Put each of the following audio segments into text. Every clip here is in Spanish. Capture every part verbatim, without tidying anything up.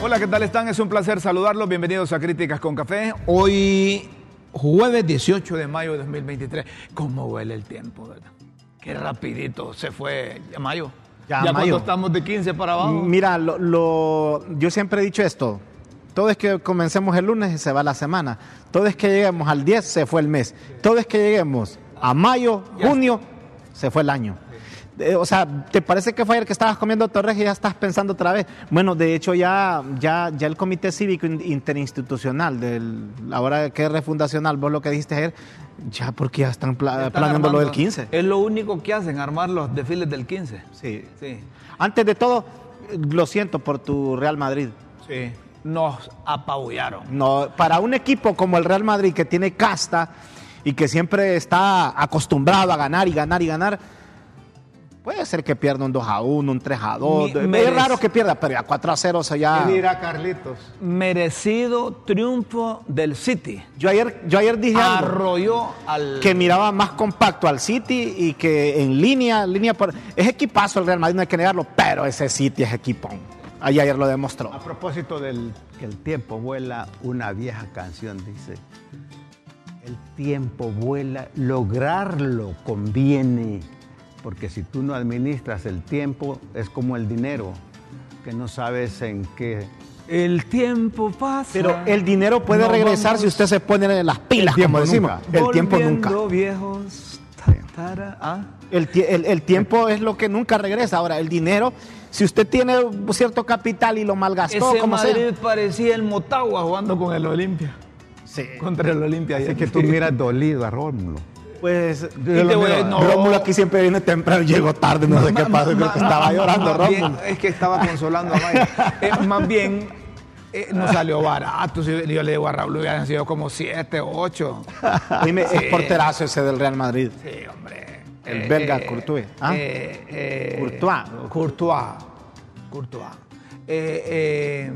Hola, ¿qué tal están? Es un placer saludarlos. Bienvenidos a Críticas con Café. Hoy, jueves dieciocho de mayo de dos mil veintitrés. ¿Cómo huele el tiempo, verdad? Qué rapidito se fue ya mayo. Ya, ¿Ya mayo. cuánto estamos de quince para abajo? Mira, lo, lo, yo siempre he dicho esto. Todo es que comencemos el lunes y se va la semana. Todo es que lleguemos al diez, se fue el mes. Todo es que lleguemos a mayo, junio, se fue el año. Eh, o sea, ¿te parece que fue ayer que estabas comiendo torres y ya estás pensando otra vez? Bueno, de hecho ya, ya, ya el Comité Cívico Interinstitucional, del, ahora que es refundacional, vos lo que dijiste ayer, ya porque ya están, pla Están planeando armando, lo del quince. Es lo único que hacen, armar los desfiles del quince. Sí. Sí. Antes de todo, lo siento por tu Real Madrid. Sí. Nos apabullaron. No, para un equipo como el Real Madrid, que tiene casta y que siempre está acostumbrado a ganar y ganar y ganar, puede ser que pierda un dos a uno, un tres a dos. Mi, es merec... raro que pierda, pero ya cuatro a cero se ya... ¿Qué dirá Carlitos? Merecido triunfo del City. Yo ayer, yo ayer dije algo, Arrolló al... que miraba más compacto al City y que en línea, línea por... es equipazo el Real Madrid, no hay que negarlo, pero ese City es equipón. Ahí ayer lo demostró. A propósito del que el tiempo vuela, una vieja canción dice: el tiempo vuela, lograrlo conviene, porque si tú no administras el tiempo, es como el dinero, que no sabes en qué... El tiempo pasa. Pero el dinero puede no regresar vamos... si usted se pone en las pilas, como decimos. Nunca. El tiempo nunca. Viejos. Tara, ¿ah? El, el, el tiempo es lo que nunca regresa. Ahora, el dinero, si usted tiene cierto capital y lo malgastó, Ese como Madrid sea. parecía el Motagua jugando con el Olimpia. Sí. Contra el Olimpia. Así que tú miras dolido a Rómulo. Pues, te voy a- no. Rómulo aquí siempre viene temprano, llegó tarde, no sé qué pasó, creo que estaba llorando Más bien, Rómulo. es que estaba consolando a Maya. Eh, más bien, eh, no salió barato. Si yo le digo a Raúl, hubieran sido como siete o ocho. Dime, Sí. es porterazo ese del Real Madrid. Sí, hombre. El Eh, belga eh, Courtois. ¿Ah? eh, eh, Courtois. Courtois. Courtois. Eh, eh,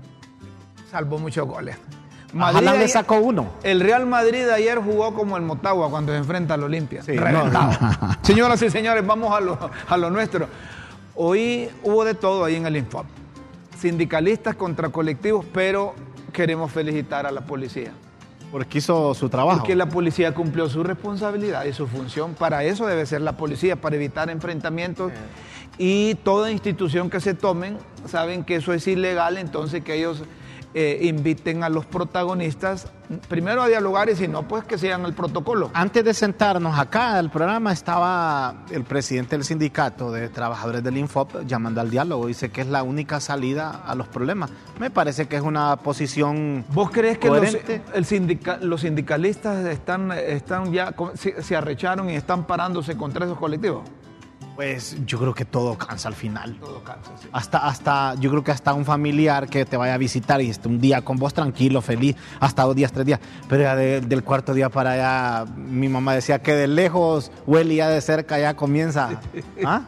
salvó muchos goles. Madrid le ayer- sacó uno. El Real Madrid ayer jugó como el Motagua cuando se enfrenta al Olimpia. Sí, Reventado. no. Señoras y señores, vamos a lo, a lo nuestro. Hoy hubo de todo ahí en el Infop. Sindicalistas contra colectivos, pero queremos felicitar a la policía. Porque hizo su trabajo. Porque la policía cumplió su responsabilidad y su función. Para eso debe ser la policía, para evitar enfrentamientos. Y toda institución que se tomen, saben que eso es ilegal, entonces que ellos eh, inviten a los protagonistas, primero a dialogar y si no, pues que sigan el protocolo. Antes de sentarnos acá al programa estaba el presidente del sindicato de trabajadores del Infop llamando al diálogo. Dice que es la única salida a los problemas. Me parece que es una posición ¿Vos crees que los, coherente. el sindica, los sindicalistas están, están ya, se, se arrecharon y están parándose contra esos colectivos? Pues yo creo que todo cansa al final. Todo cansa, sí. Hasta, hasta, yo creo que hasta un familiar que te vaya a visitar y esté un día con vos tranquilo, feliz, hasta dos días, tres días. Pero ya de, del cuarto día para allá, mi mamá decía que de lejos huele y ya de cerca ya comienza. ¿Ah?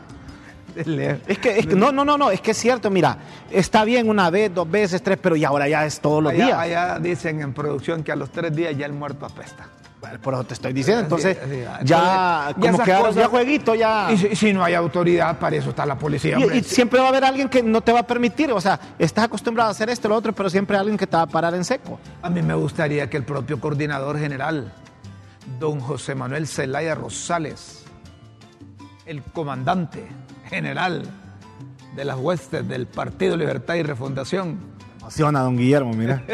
Es que, es que, no, no, no, no, es que es cierto, mira, está bien una vez, dos veces, tres, pero ya ahora ya es todos los allá, días. allá dicen en producción que a los tres días ya el muerto apesta. Bueno, por eso te estoy diciendo, entonces Sí, sí, ya, entonces, ya como esas que ahora cosas- ya jueguito, ya... Y si, si no hay autoridad, para eso está la policía. Y, hombre. y siempre va a haber alguien que no te va a permitir, o sea, estás acostumbrado a hacer esto, lo otro, pero siempre hay alguien que te va a parar en seco. A mí me gustaría que el propio coordinador general, don José Manuel Zelaya Rosales, el comandante general de las huestes del Partido Libertad y Refundación, Emociona, don Guillermo, mira.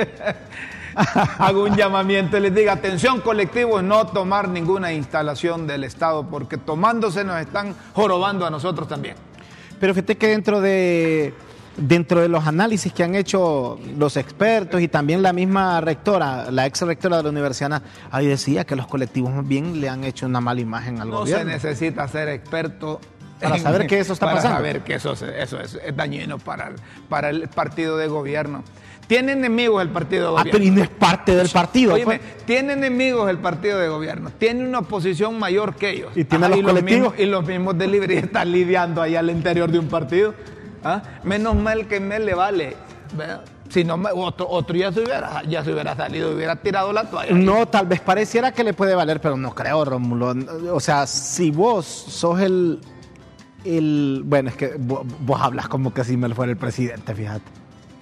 haga un llamamiento y les diga: atención colectivos, no tomar ninguna instalación del Estado, porque tomándose nos están jorobando a nosotros también. Pero fíjate que dentro de, dentro de los análisis que han hecho los expertos y también la misma rectora, la ex rectora de la universidad, ahí decía que los colectivos más bien le han hecho una mala imagen al No gobierno. se necesita ser experto Para saber que eso está para pasando. saber que eso, se- eso es, es dañino para el, para el partido de gobierno. Tiene enemigos el partido de Ah, gobierno. pero y no es parte del partido. Óyeme, pues. tiene enemigos el partido de gobierno, tiene una oposición mayor que ellos. Y tiene a los los colectivos. mismos, y los mismos de Libre están lidiando ahí al interior de un partido. ¿Ah? Menos mal que me le vale. ¿Verdad? Si no, me- otro, otro ya, se hubiera, ya se hubiera salido y hubiera tirado la toalla. No, tal vez pareciera que le puede valer, pero no creo, Rómulo. O sea, si vos sos el... el bueno, es que vos, vos hablas como que si me fuera el presidente, fíjate.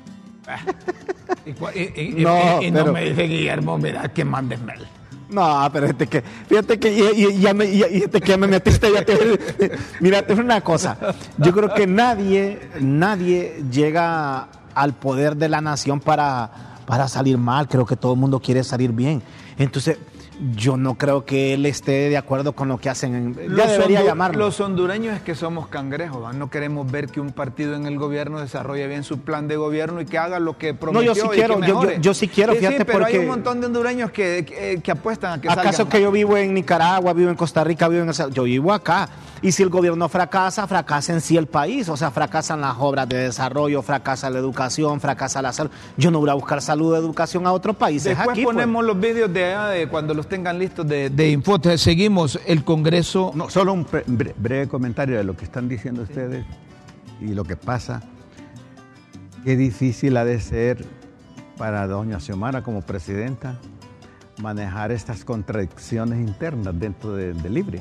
Y, y, y, no, y, y pero... no me dice Guillermo, mira, que mandes mail. No, pero fíjate que, fíjate que ya, ya, me, ya, fíjate que ya me metiste. Ya te, mira, te una cosa. Yo creo que nadie, nadie llega al poder de la nación para, para salir mal. Creo que todo el mundo quiere salir bien. Entonces, yo no creo que él esté de acuerdo con lo que hacen. Ya los debería hondu- llamarlo. Los hondureños es que somos cangrejos, ¿va? No queremos ver que un partido en el gobierno desarrolle bien su plan de gobierno y que haga lo que prometió. No, yo sí y quiero, que yo, yo, yo sí quiero, sí, fíjate, sí, pero porque... hay un montón de hondureños que, que, que apuestan a que ¿Acaso salgan que yo vivo en Nicaragua, vivo en Costa Rica, vivo en... El... Yo vivo acá. Y si el gobierno fracasa, fracasa en sí el país. O sea, fracasan las obras de desarrollo, fracasa la educación, fracasa la salud. Yo no voy a buscar salud o educación a otros países. Después aquí, ponemos pues. los vídeos de, de cuando los tengan listos de, de Infote. Seguimos el Congreso. No, solo un bre- breve comentario de lo que están diciendo ustedes y lo que pasa. Qué difícil ha de ser para doña Xiomara como presidenta manejar estas contradicciones internas dentro de, de Libre.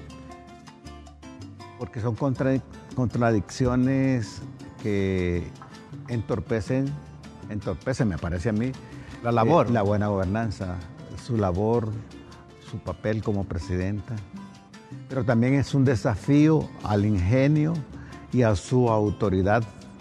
Porque son contra, contradicciones que entorpecen, entorpecen, me parece a mí, La labor. eh, la buena gobernanza, su labor, su papel como presidenta. Pero también es un desafío al ingenio y a su autoridad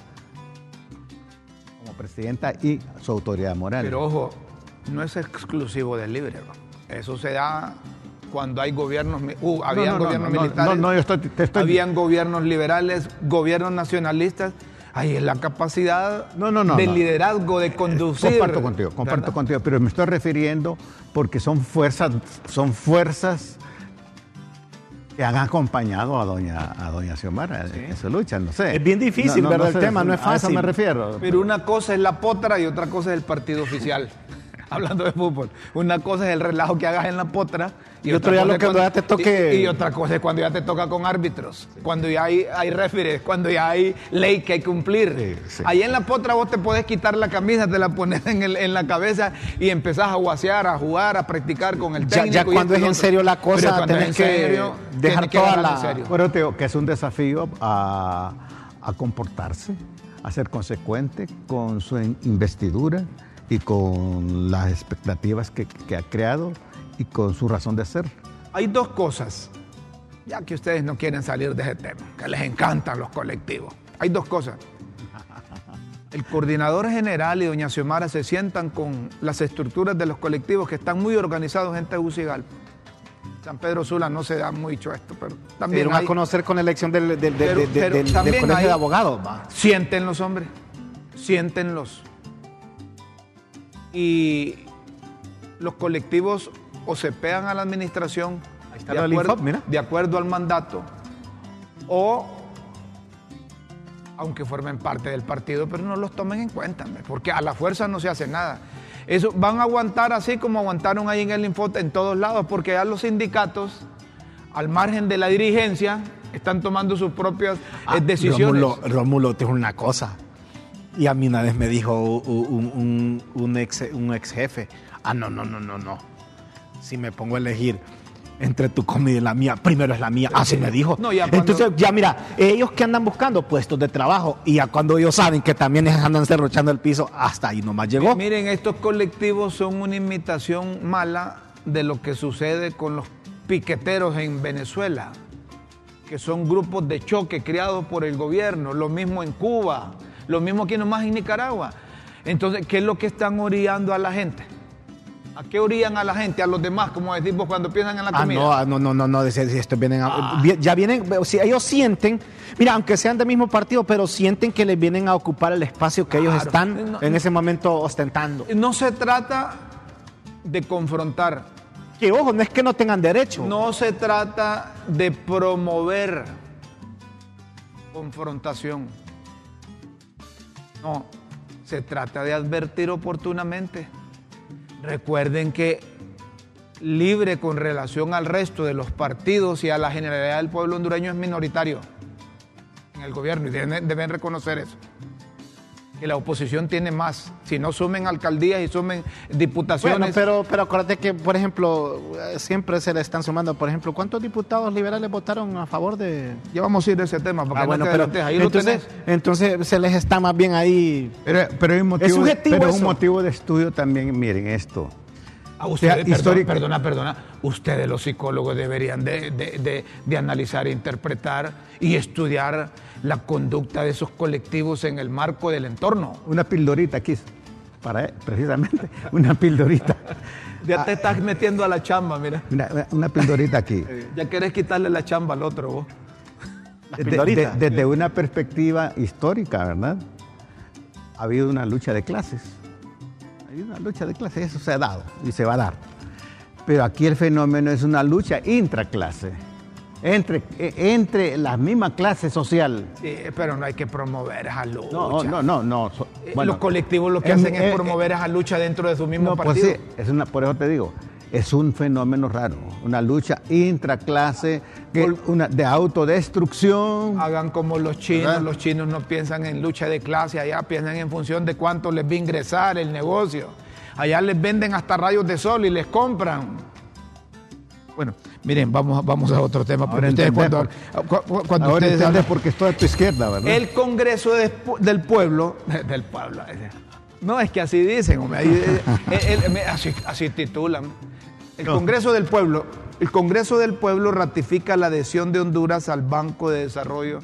como presidenta y su autoridad moral. Pero ojo, no es exclusivo del Libre, ¿no? Eso se da cuando hay gobiernos, uh, habían No, no, no, gobiernos no, militares, no, no, yo estoy- te estoy- habían gobiernos liberales, gobiernos nacionalistas. Ahí es la capacidad No, no, no, de no. liderazgo, de conducir. Comparto contigo, comparto ¿verdad? contigo, pero me estoy refiriendo porque son fuerzas, son fuerzas que han acompañado a doña, a doña Xiomara en su lucha, no sé. Es bien difícil, ¿verdad? El tema no es A eso fácil. me refiero. Pero una cosa es la potra y otra cosa es el partido oficial. Hablando de fútbol. Una cosa es el relajo que hagas en la potra. Y otro otra ya cosa lo es que cuando- ya te toque- Y, y otra cosa es cuando ya te toca con árbitros. Cuando ya hay, hay referees, cuando ya hay ley que hay que cumplir. Sí, sí. Ahí en la potra vos te podés quitar la camisa, te la pones en, el- en la cabeza y empezás a guasear, a jugar, a practicar con el Ya- técnico. ya y cuando esto y es en lo serio otro. la cosa, Pero cuando tenés es en que serio, dejar tenés que toda agarrar la- en serio. Bueno, te digo que es un desafío a, a comportarse, a ser consecuente con su in- investidura y con las expectativas que, que ha creado y con su razón de ser. Hay dos cosas, ya que ustedes no quieren salir de ese tema, que les encantan los colectivos. Hay dos cosas. El coordinador general y doña Xiomara se sientan con las estructuras de los colectivos que están muy organizados en Tegucigalpa. San Pedro Sula no se da mucho esto, pero Se también dieron hay, a conocer con la elección del, del, del, Pero- del- pero del- del también colegio hay- de abogados. Va. siéntenlos, hombre, siéntenlos. Y los colectivos o se pegan a la administración Ahí está de lo del acuerdo, Infop, mira. de acuerdo al mandato, o aunque formen parte del partido, pero no los tomen en cuenta, hombre, porque a la fuerza no se hace nada. Eso van a aguantar así como aguantaron ahí en el Infot en todos lados, porque ya los sindicatos, al margen de la dirigencia, están tomando sus propias eh, decisiones. Rómulo, Rómulo, te digo una cosa. Y a mí una vez me dijo un, un, un ex, un ex jefe, ah, no, no, no, no, no. Si me pongo a elegir entre tu comida y la mía, primero es la mía. Así me dijo. No, ya cuando- Entonces, ya mira, ellos que andan buscando puestos de trabajo y ya cuando ellos saben que también andan cerrochando el piso, hasta ahí nomás llegó. Miren, estos colectivos son una imitación mala de lo que sucede con los piqueteros en Venezuela, que son grupos de choque creados por el gobierno, lo mismo en Cuba, lo mismo aquí nomás en Nicaragua. Entonces, ¿qué es lo que están orillando a la gente? ¿A qué orillan a la gente, a los demás, como decimos cuando piensan en la Ah, comida? no, ah, no, no, no, no, si, si esto vienen a- vi- ya vienen, si ellos sienten, mira, aunque sean del mismo partido, pero sienten que les vienen a ocupar el espacio que ellos Claro. están No, en ese momento ostentando. No se trata de confrontar, Que ojo, no es que no tengan derecho. no se trata de promover confrontación. No, se trata de advertir oportunamente. Recuerden que Libre con relación al resto de los partidos y a la generalidad del pueblo hondureño es minoritario en el gobierno y deben, deben reconocer eso. que la oposición tiene más. Si no sumen alcaldías y sumen diputaciones. Bueno, pero, pero acuérdate que, por ejemplo, siempre se le están sumando, por ejemplo, ¿cuántos diputados liberales votaron a favor de...? Ya vamos a ir a ese tema, porque Ah, no bueno, te pero adelantes, ahí entonces, lo tenés. entonces se les está más bien ahí... Pero, pero, hay un motivo, Es subjetivo pero es un eso. motivo de estudio también, miren esto. Ah, ustedes, sea, perdón, histórica- perdona, perdona, ustedes los psicólogos deberían de, de- de- de analizar, interpretar y estudiar la conducta de esos colectivos en el marco del entorno. Una pildorita aquí, para, precisamente, una pildorita. Ya te estás metiendo a la chamba, mira. Una, una pildorita aquí. Ya querés quitarle la chamba al otro, vos. Desde, pildorita. de- desde una perspectiva histórica, ¿verdad? Ha habido una lucha de clases. Ha habido una lucha de clases, eso se ha dado y se va a dar. Pero aquí el fenómeno es una lucha intraclase, entre, eh, entre la misma clase social. Sí, pero no hay que promover esa lucha. No, no, no, no. so- Eh, bueno, los colectivos lo que em- hacen es eh, promover esa lucha dentro de su mismo No, pues partido. sí, es una, por eso te digo, es un fenómeno raro, una lucha intraclase, que, una, de autodestrucción. Hagan como los chinos, ¿Verdad? los chinos no piensan en lucha de clase, allá piensan en función de cuánto les va a ingresar el negocio. Allá les venden hasta rayos de sol y les compran. Bueno, miren, vamos, vamos a otro tema. Porque Ahora ustedes entendés cuando, cu- cu- cuando Ahora ustedes entendés hablan- porque estoy a tu izquierda, ¿verdad? el Congreso de- del Pueblo, del pueblo, no es que así dicen, hombre, ahí, eh, el- el- así, así titulan. El No. Congreso del Pueblo, el Congreso del Pueblo ratifica la adhesión de Honduras al Banco de Desarrollo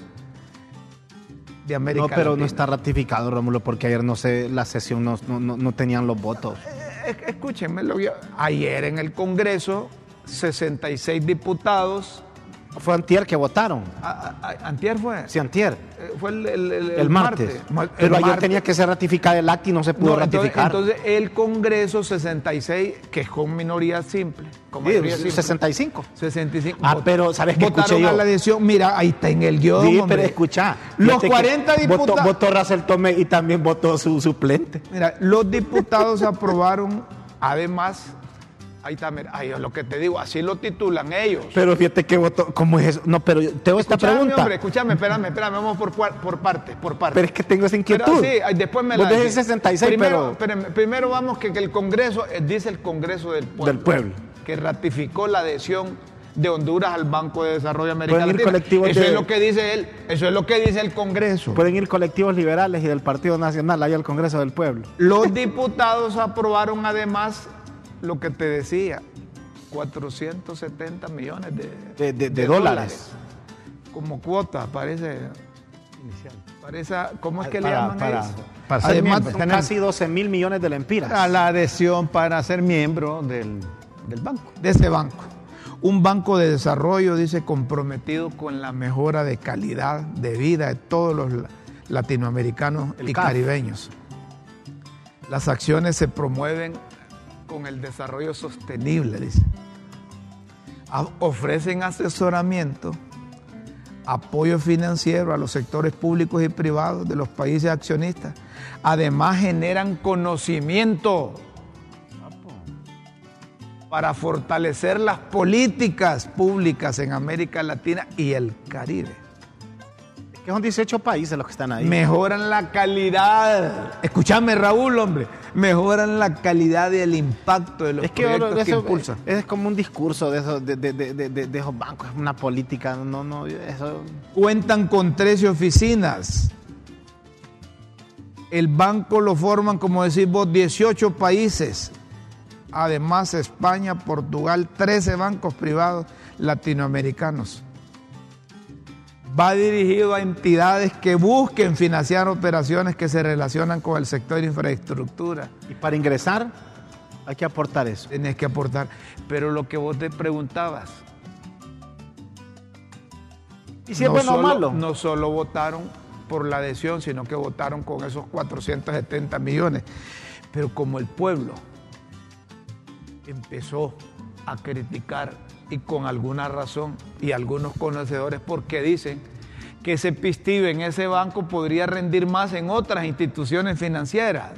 de América No, pero no Latina. está ratificado, Rómulo, porque ayer no sé, la sesión no, no, no- no tenían los votos. Eh, Escúchenme, lo que- ayer en el Congreso, sesenta y seis diputados, Fue antier que votaron. a- a- a- antier fue, Sí, antier. Eh, fue el, el- el- El, el martes. Ma- el Pero ayer martes. tenía que ser ratificado el acta y no se pudo No, entonces, ratificar. entonces el Congreso sesenta y seis, que es con minoría simple, con Sí, mayoría simple, sesenta y cinco. sesenta y cinco. Ah, vot- pero ¿sabes qué votaron escuché yo? a la adhesión, mira, ahí está en el guión, Sí, hombre. pero escucha. Los fíjate que cuarenta votó, diputados, votó Racel Tomé y también votó su suplente. mira, los diputados aprobaron, además, ahí está, mira, ahí es lo que te digo, así lo titulan ellos. Pero fíjate que votó. ¿Cómo es eso? No, pero tengo esta Escuchame, pregunta. hombre, escúchame, espérame, espérame, vamos por, cuar- por partes, por partes. Pero es que tengo esa inquietud. Pero sí, ay, después me Vos la decís sesenta y seis, primero, pero- espérame, primero vamos que, que el Congreso, eh, dice el Congreso del Pueblo, Del pueblo. que ratificó la adhesión de Honduras al Banco de Desarrollo Americano. Pueden ir colectivos Eso de- es lo que dice él, eso es lo que dice el Congreso. Pueden ir colectivos liberales y del Partido Nacional ahí al Congreso del Pueblo. Los diputados aprobaron además lo que te decía, cuatrocientos setenta millones de, De, de- de dólares. como cuota, parece. Parece, ¿cómo es que le Para- llaman para- ellos? para ser Además, miembro. Son casi doce mil millones de lempiras. A la adhesión para ser miembro del, del banco. de ese banco. Un banco de desarrollo, dice, comprometido con la mejora de calidad de vida de todos los la- latinoamericanos El y C A F. caribeños. Las acciones se promueven con el desarrollo sostenible, dice. A- ofrecen asesoramiento, apoyo financiero a los sectores públicos y privados de los países accionistas. Además, generan conocimiento para fortalecer las políticas públicas en América Latina y el Caribe. Es que son dieciocho países los que están ahí. Mejoran la calidad. Escúchame, Raúl, hombre. Mejoran la calidad y el impacto de los Es que, proyectos que eso, impulsan. es como un discurso de esos, de, de- de- de- de esos bancos, es una política, no, no, eso. Cuentan con trece oficinas. El banco lo forman, como decís vos, dieciocho países. Además, España, Portugal, trece bancos privados latinoamericanos. Va dirigido a entidades que busquen financiar operaciones que se relacionan con el sector de infraestructura. Y para ingresar hay que aportar eso. Tenés que aportar. Pero lo que vos te preguntabas, ¿Y si es no bueno o solo- malo? No solo votaron por la adhesión, sino que votaron con esos cuatrocientos setenta millones. Pero como el pueblo empezó a criticar, y con alguna razón, y algunos conocedores, porque dicen que ese pistillo en ese banco podría rendir más en otras instituciones financieras.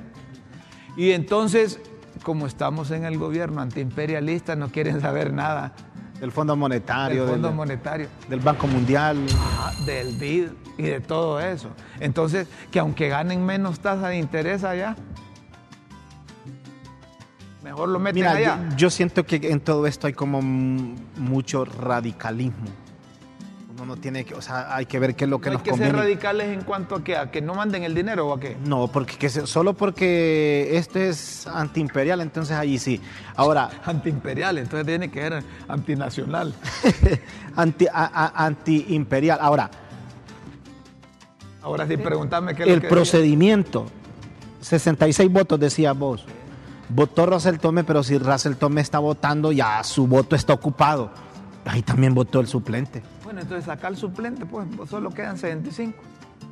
Y entonces, como estamos en el gobierno antiimperialista, no quieren saber nada Del Fondo Monetario. Del Fondo del, Monetario. Del Banco Mundial. Ajá, del B I D y de todo eso. Entonces, que aunque ganen menos tasa de interés allá, mejor lo meten Mira, allá. Yo, yo siento que en todo esto hay como m- mucho radicalismo. Uno no tiene que, o sea, hay que ver qué es lo que No hay nos que conviene. ser radicales en cuanto a que, a que no manden el dinero o a qué. No, porque que se- solo porque este es antiimperial, entonces allí sí. Ahora, Antiimperial, entonces tiene que ser antinacional. anti, a- a- antiimperial. Ahora, Ahora sí, pregúntame qué es lo el que procedimiento, sesenta y seis votos decía vos. Votó Russell Tome, pero si Russell Tome está votando, ya su voto está ocupado. Ahí también votó el suplente. Bueno, entonces sacar el suplente, pues solo quedan setenta y cinco.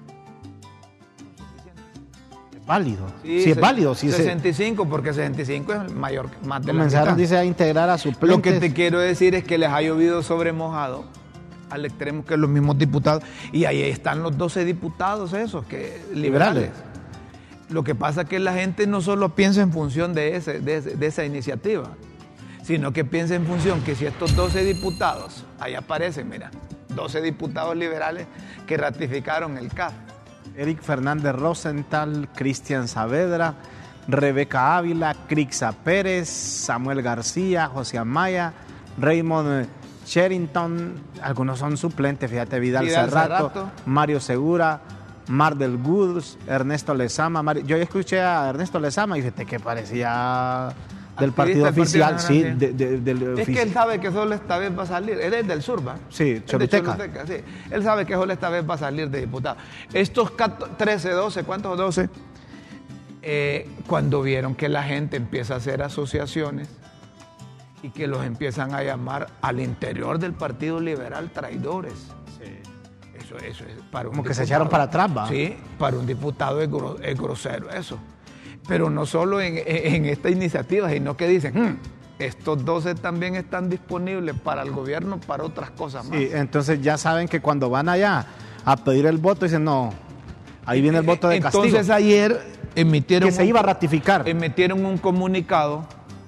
Es válido. Sí, se- es válido. Sí, sesenta y cinco, porque sesenta y cinco es mayor, más de la comenzaron, mitad. dice, a integrar a suplentes. Lo que te quiero decir es que les ha llovido sobre mojado al extremo que los mismos diputados, y ahí están los doce diputados esos, que liberales. Liberales. Lo que pasa es que la gente no solo piensa en función de, ese, de, ese- de esa iniciativa, sino que piensa en función que si estos doce diputados, ahí aparecen, mira, doce diputados liberales que ratificaron el C A F. Eric Fernández Rosenthal, Cristian Saavedra, Rebeca Ávila, Crixa Pérez, Samuel García, José Amaya, Raymond Sherrington, algunos son suplentes, fíjate, Vidal, Vidal Cerrato, Cerrato. Mario Segura, Mardel Goods, Ernesto Lezama. Mario- yo escuché a Ernesto Lezama y fíjate que parecía del Activista partido del oficial, Partido sí, Nacional. de- de- del Es ofici- que él sabe que solo esta vez va a salir. Él es del sur, ¿va? Sí, Él de Choluteca. Choluteca, sí. Él sabe que solo esta vez va a salir de diputado. Estos catorce, trece, doce, ¿cuántos doce? Eh, cuando vieron que la gente empieza a hacer asociaciones y que los empiezan a llamar al interior del Partido Liberal traidores. Eso, eso es para un Como que se diputado. echaron para atrás, ¿va? Sí, para un diputado es, gro- es grosero eso. Pero no solo en, en- en esta iniciativa, sino que dicen, "Hmm, estos doce también están disponibles para el gobierno, para otras cosas más". Sí, entonces ya saben que cuando van allá a pedir el voto, dicen, no, ahí viene el voto de castigo. Entonces ayer emitieron, que se un- iba a ratificar. emitieron un comunicado,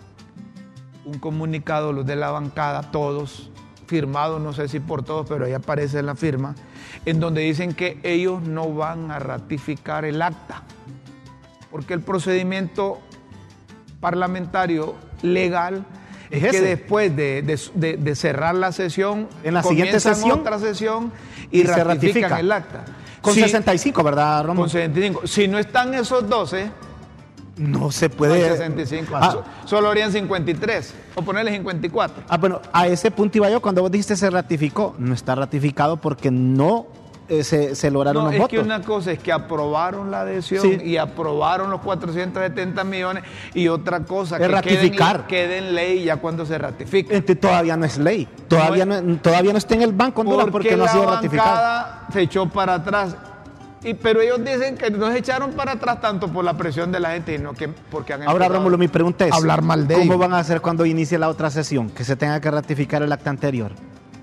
un comunicado los de la bancada, todos, firmado, no sé si por todos, pero ahí aparece la firma, en donde dicen que ellos no van a ratificar el acta, porque el procedimiento parlamentario legal es, Es que ese. después de, de- de- de cerrar la sesión, En la siguiente comienzan sesión, otra sesión y, y se ratifican ratifica. el acta. Con Si- sesenta y cinco, ¿verdad, Romo? con sesenta y cinco. Si no están esos doce, No se no puede. hay sesenta y cinco. Ah, So- Solo harían cincuenta y tres. O ponerle cincuenta y cuatro. ah, bueno, a ese punto iba yo cuando vos dijiste se ratificó. No está ratificado porque no eh, se, se lograron No, los es votos. que una cosa es que aprobaron la adhesión Sí. y aprobaron los cuatrocientos setenta millones, y otra cosa Es que ratificar. Quede, quede en ley ya cuando se ratifique. Este todavía no es ley. Todavía no, todavía no está en el Banco Honduras porque, no ha la sido ratificado. bancada se echó para atrás. Y, pero ellos dicen que no se echaron para atrás tanto por la presión de la gente, sino que porque han Ahora, empezado Rómulo, mi pregunta es, a hablar mal de ¿cómo ellos. van a hacer cuando inicie la otra sesión? Que se tenga que ratificar el acta anterior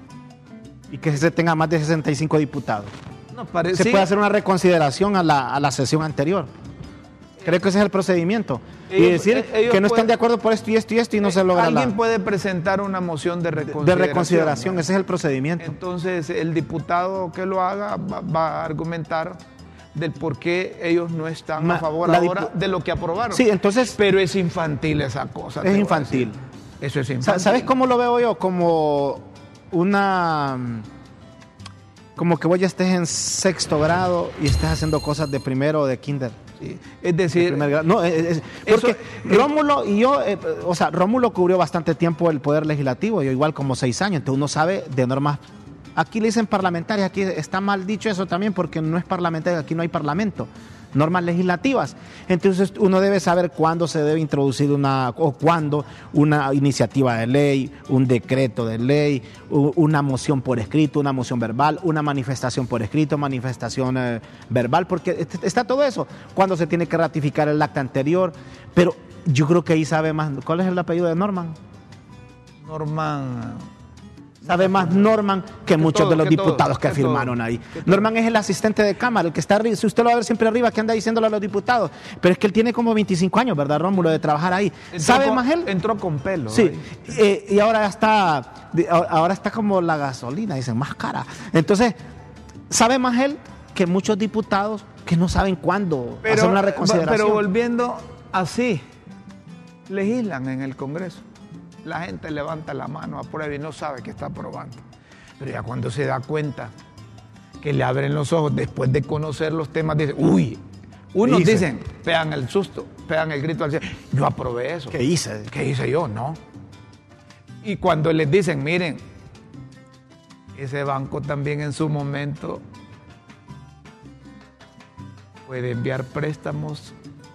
y que se tenga más de sesenta y cinco diputados. No, parece, Se sí, puede hacer una reconsideración a la, a la sesión anterior. Creo que ese es el procedimiento. y Ellos- decir eh, ellos que no están pueden- de acuerdo por esto y esto y esto y no se logra la, Alguien puede presentar una moción de de reconsideración. reconsideración. Ese es el procedimiento. Entonces, el diputado que lo haga va, va a argumentar del por qué ellos no están Ma- a favor la ahora dipu- de lo que aprobaron. Sí, entonces Pero es infantil esa cosa. te es voy a infantil. decir. Eso es Sa- infantil. ¿Sabes cómo lo veo yo? Como una... Como que vos ya estés en sexto grado y estés haciendo cosas de primero o de kinder. Sí. Es de decir, primer grado. No, es- es- porque Eso- Rómulo y yo, eh, o sea, Rómulo cubrió bastante tiempo el poder legislativo, yo igual como seis años, entonces uno sabe de normas. Aquí le dicen parlamentarias, aquí está mal dicho eso también porque no es parlamentario, aquí no hay parlamento. Normas legislativas. Entonces uno debe saber cuándo se debe introducir una, o cuándo una iniciativa de ley, un decreto de ley, u- una moción por escrito, una moción verbal, una manifestación por escrito, manifestación eh, verbal, porque est- está todo eso. Cuándo se tiene que ratificar el acta anterior, pero yo creo que ahí sabe más. ¿Cuál es el apellido de Norman? Norman, Sabe más Norman que, que muchos todo, de los diputados todo, que, que firmaron todo, ahí. Norman es el asistente de Cámara, el que está arriba. Si usted lo va a ver siempre arriba, que anda diciéndole a los diputados. Pero es que él tiene como veinticinco años, ¿verdad, Rómulo, de trabajar ahí? Entró ¿Sabe con, más él? Entró con pelo. Sí, eh, y ahora está, ahora está como la gasolina, dicen, más cara. Entonces, ¿sabe más él que muchos diputados que no saben cuándo pero, hacer una reconsideración? Pero volviendo así, legislan en el Congreso. La gente levanta la mano, aprueba y no sabe que está aprobando. Pero ya cuando se da cuenta que le abren los ojos después de conocer los temas, dicen, uy, unos dice? dicen, pegan el susto, pegan el grito al cielo, yo aprobé eso. ¿Qué hice? ¿Qué hice yo? No. Y cuando les dicen, miren, ese banco también en su momento puede enviar préstamos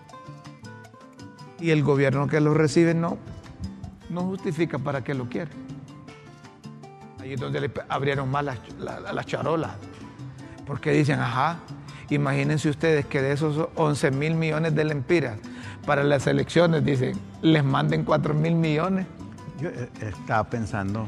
y el gobierno que los recibe no. No justifica para qué lo quiere. Ahí es donde le abrieron más las, las, las charolas. Porque dicen, ajá, imagínense ustedes que de esos once mil millones de lempiras para las elecciones, dicen, les manden cuatro mil millones. Yo estaba pensando,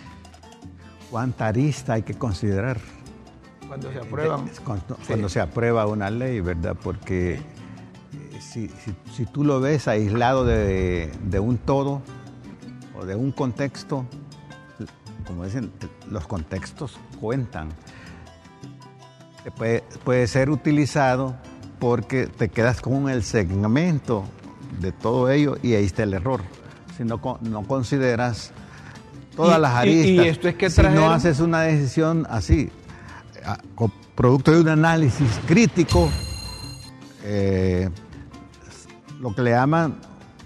¿cuánta arista hay que considerar? Cuando se aprueban. Cuando, sí. cuando se aprueba una ley, ¿verdad? Porque si, si, si tú lo ves aislado de, de un todo, o de un contexto, como dicen, los contextos cuentan. Puede, puede ser utilizado porque te quedas con el segmento de todo ello y ahí está el error. Si no, no consideras todas y, las aristas, y, y esto es que si trajeron... no haces una decisión así, producto de un análisis crítico, eh, lo que le llaman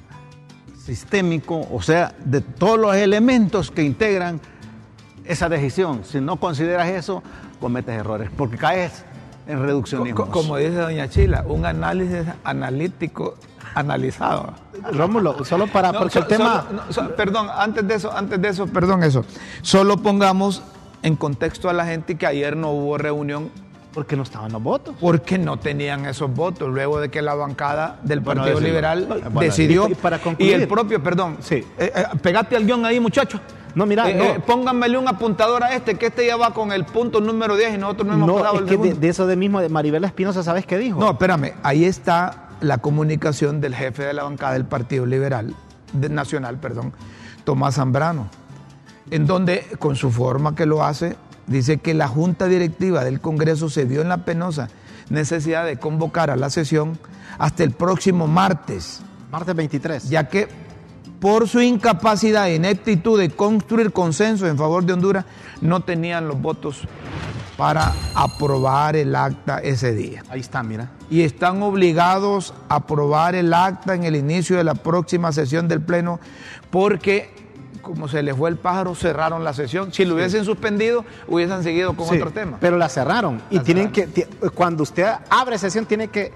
sistémico, o sea, de todos los elementos que integran esa decisión. Si no consideras eso, cometes errores, porque caes en reduccionismo. Como dice doña Chila, un análisis analítico analizado. Rómulo, solo para, no, porque so, el tema... Solo, no, so, perdón, antes de eso, antes de eso, perdón eso, solo pongamos en contexto a la gente que ayer no hubo reunión. Porque no estaban los votos. Porque no tenían esos votos, luego de que la bancada del bueno, Partido decirlo. Liberal bueno, decidió. Y, para concluir, y el propio, perdón, sí. eh, eh, pegate al guión ahí, muchachos. No, mira, eh, no. Eh, pónganmele un apuntador a este, que este ya va con el punto número diez y nosotros no hemos no, pasado es el que segundo. de, de eso de mismo, de Maribel Espinosa, ¿sabes qué dijo? No, espérame, ahí está la comunicación del jefe de la bancada del Partido Liberal, de, Nacional, perdón, Tomás Zambrano, en donde, con su forma que lo hace, dice que la Junta Directiva del Congreso se vio en la penosa necesidad de convocar a la sesión hasta el próximo martes. Martes veintitrés. Ya que por su incapacidad e ineptitud de construir consenso en favor de Honduras, no tenían los votos para aprobar el acta ese día. Ahí está, mira. Y están obligados a aprobar el acta en el inicio de la próxima sesión del Pleno porque, como se les fue el pájaro, cerraron la sesión. Si lo hubiesen sí. suspendido, hubiesen seguido con sí, otro tema. Pero la cerraron. La y tienen cerraron. que, cuando usted abre sesión, tiene que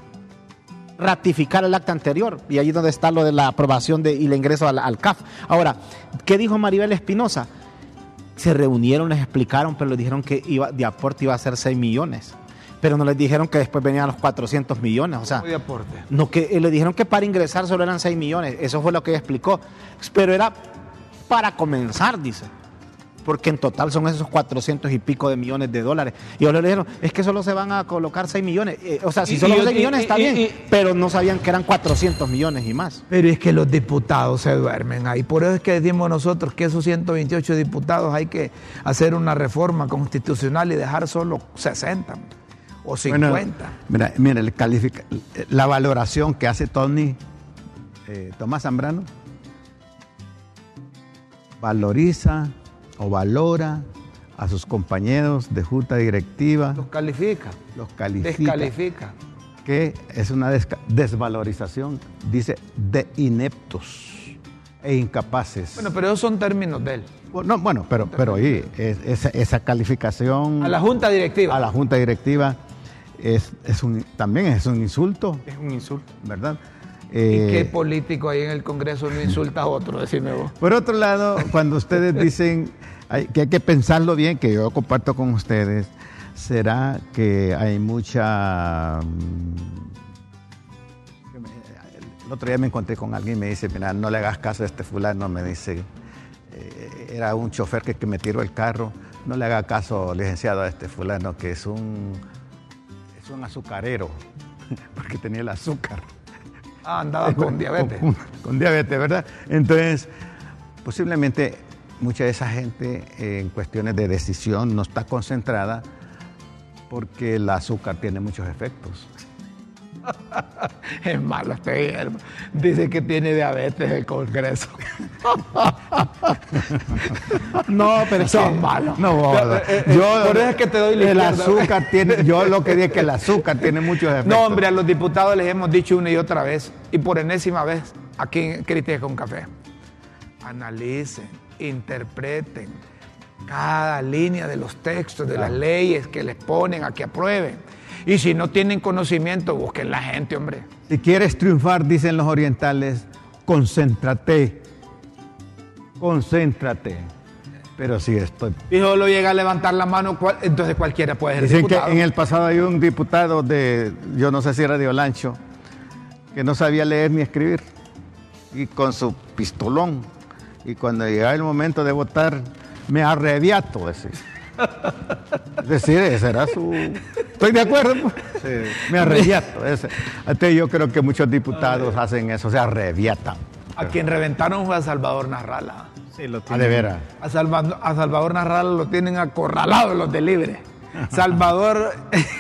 ratificar el acta anterior. Y ahí es donde está lo de la aprobación de, y el ingreso al, al C A F. Ahora, ¿qué dijo Maribel Espinosa? Se reunieron, les explicaron, pero les dijeron que iba, de aporte iba a ser seis millones. Pero no les dijeron que después venían los cuatrocientos millones. O sea, de aporte. No, que eh, le dijeron que para ingresar solo eran seis millones. Eso fue lo que ella explicó. Pero era para comenzar, dice. Porque en total son esos cuatrocientos y pico de millones de dólares. Y ellos le dijeron, es que solo se van a colocar seis millones. Eh, o sea, si y, solo y, seis y, millones y, está y, bien, y, pero no sabían que eran cuatrocientos millones y más. Pero es que los diputados se duermen ahí. Por eso es que decimos nosotros que esos ciento veintiocho diputados hay que hacer una reforma constitucional y dejar solo sesenta o cincuenta. Bueno, mira, mira el califica, la valoración que hace Tony, eh, Tomás Zambrano, valoriza o valora a sus compañeros de junta directiva. Los califica. Los califica. Descalifica. Que es una desvalorización, dice, de ineptos e incapaces. Bueno, pero esos son términos de él. No, bueno, pero, pero oye, es, esa, esa calificación... A la junta directiva. A la junta directiva es, es un, también es un insulto. Es un insulto. ¿Verdad? Eh, ¿Y qué político ahí en el Congreso no insulta a otro? Decime vos. Por otro lado, cuando ustedes dicen hay, que hay que pensarlo bien, que yo comparto con ustedes, ¿será que hay mucha... El otro día me encontré con alguien y me dice, mira, no le hagas caso a este fulano, me dice, eh, era un chofer que, que me tiró el carro. No le haga caso, licenciado, a este fulano, que es un, es un azucarero, porque tenía el azúcar. Ah, andaba con diabetes. Con, con diabetes, ¿verdad? Entonces, posiblemente mucha de esa gente eh, en cuestiones de decisión no está concentrada porque el azúcar tiene muchos efectos. Es malo este Guillermo. Dice que tiene diabetes el Congreso. No, pero son sí. malos. No, eh, eh, yo, por eso es que te doy la el izquierda. azúcar tiene, yo lo que dije es que el azúcar tiene muchos efectos. No, hombre, a los diputados les hemos dicho una y otra vez, y por enésima vez, aquí en Crítica con Café. Analicen, interpreten cada línea de los textos, de las leyes que les ponen a que aprueben. Y si no tienen conocimiento, busquen la gente, hombre. Si quieres triunfar, dicen los orientales, concéntrate. Concéntrate. Pero sí estoy... Y solo llega a levantar la mano, entonces cualquiera puede ser Dicen diputado. que en el pasado hay un diputado de, yo no sé si era de Olancho, que no sabía leer ni escribir. Y con su pistolón. Y cuando llegaba el momento de votar, me arrebiato, decía. Es decir, ese era su... ¿Estoy de acuerdo? Sí. Me arrebiato. Ese. Entonces yo creo que muchos diputados hacen eso, se arrebiatan. A quien reventaron fue a Salvador Narrala. Sí, lo Ah, tiene. de veras. A Salvador, a Salvador Narrala lo tienen acorralado los de Libre. Salvador,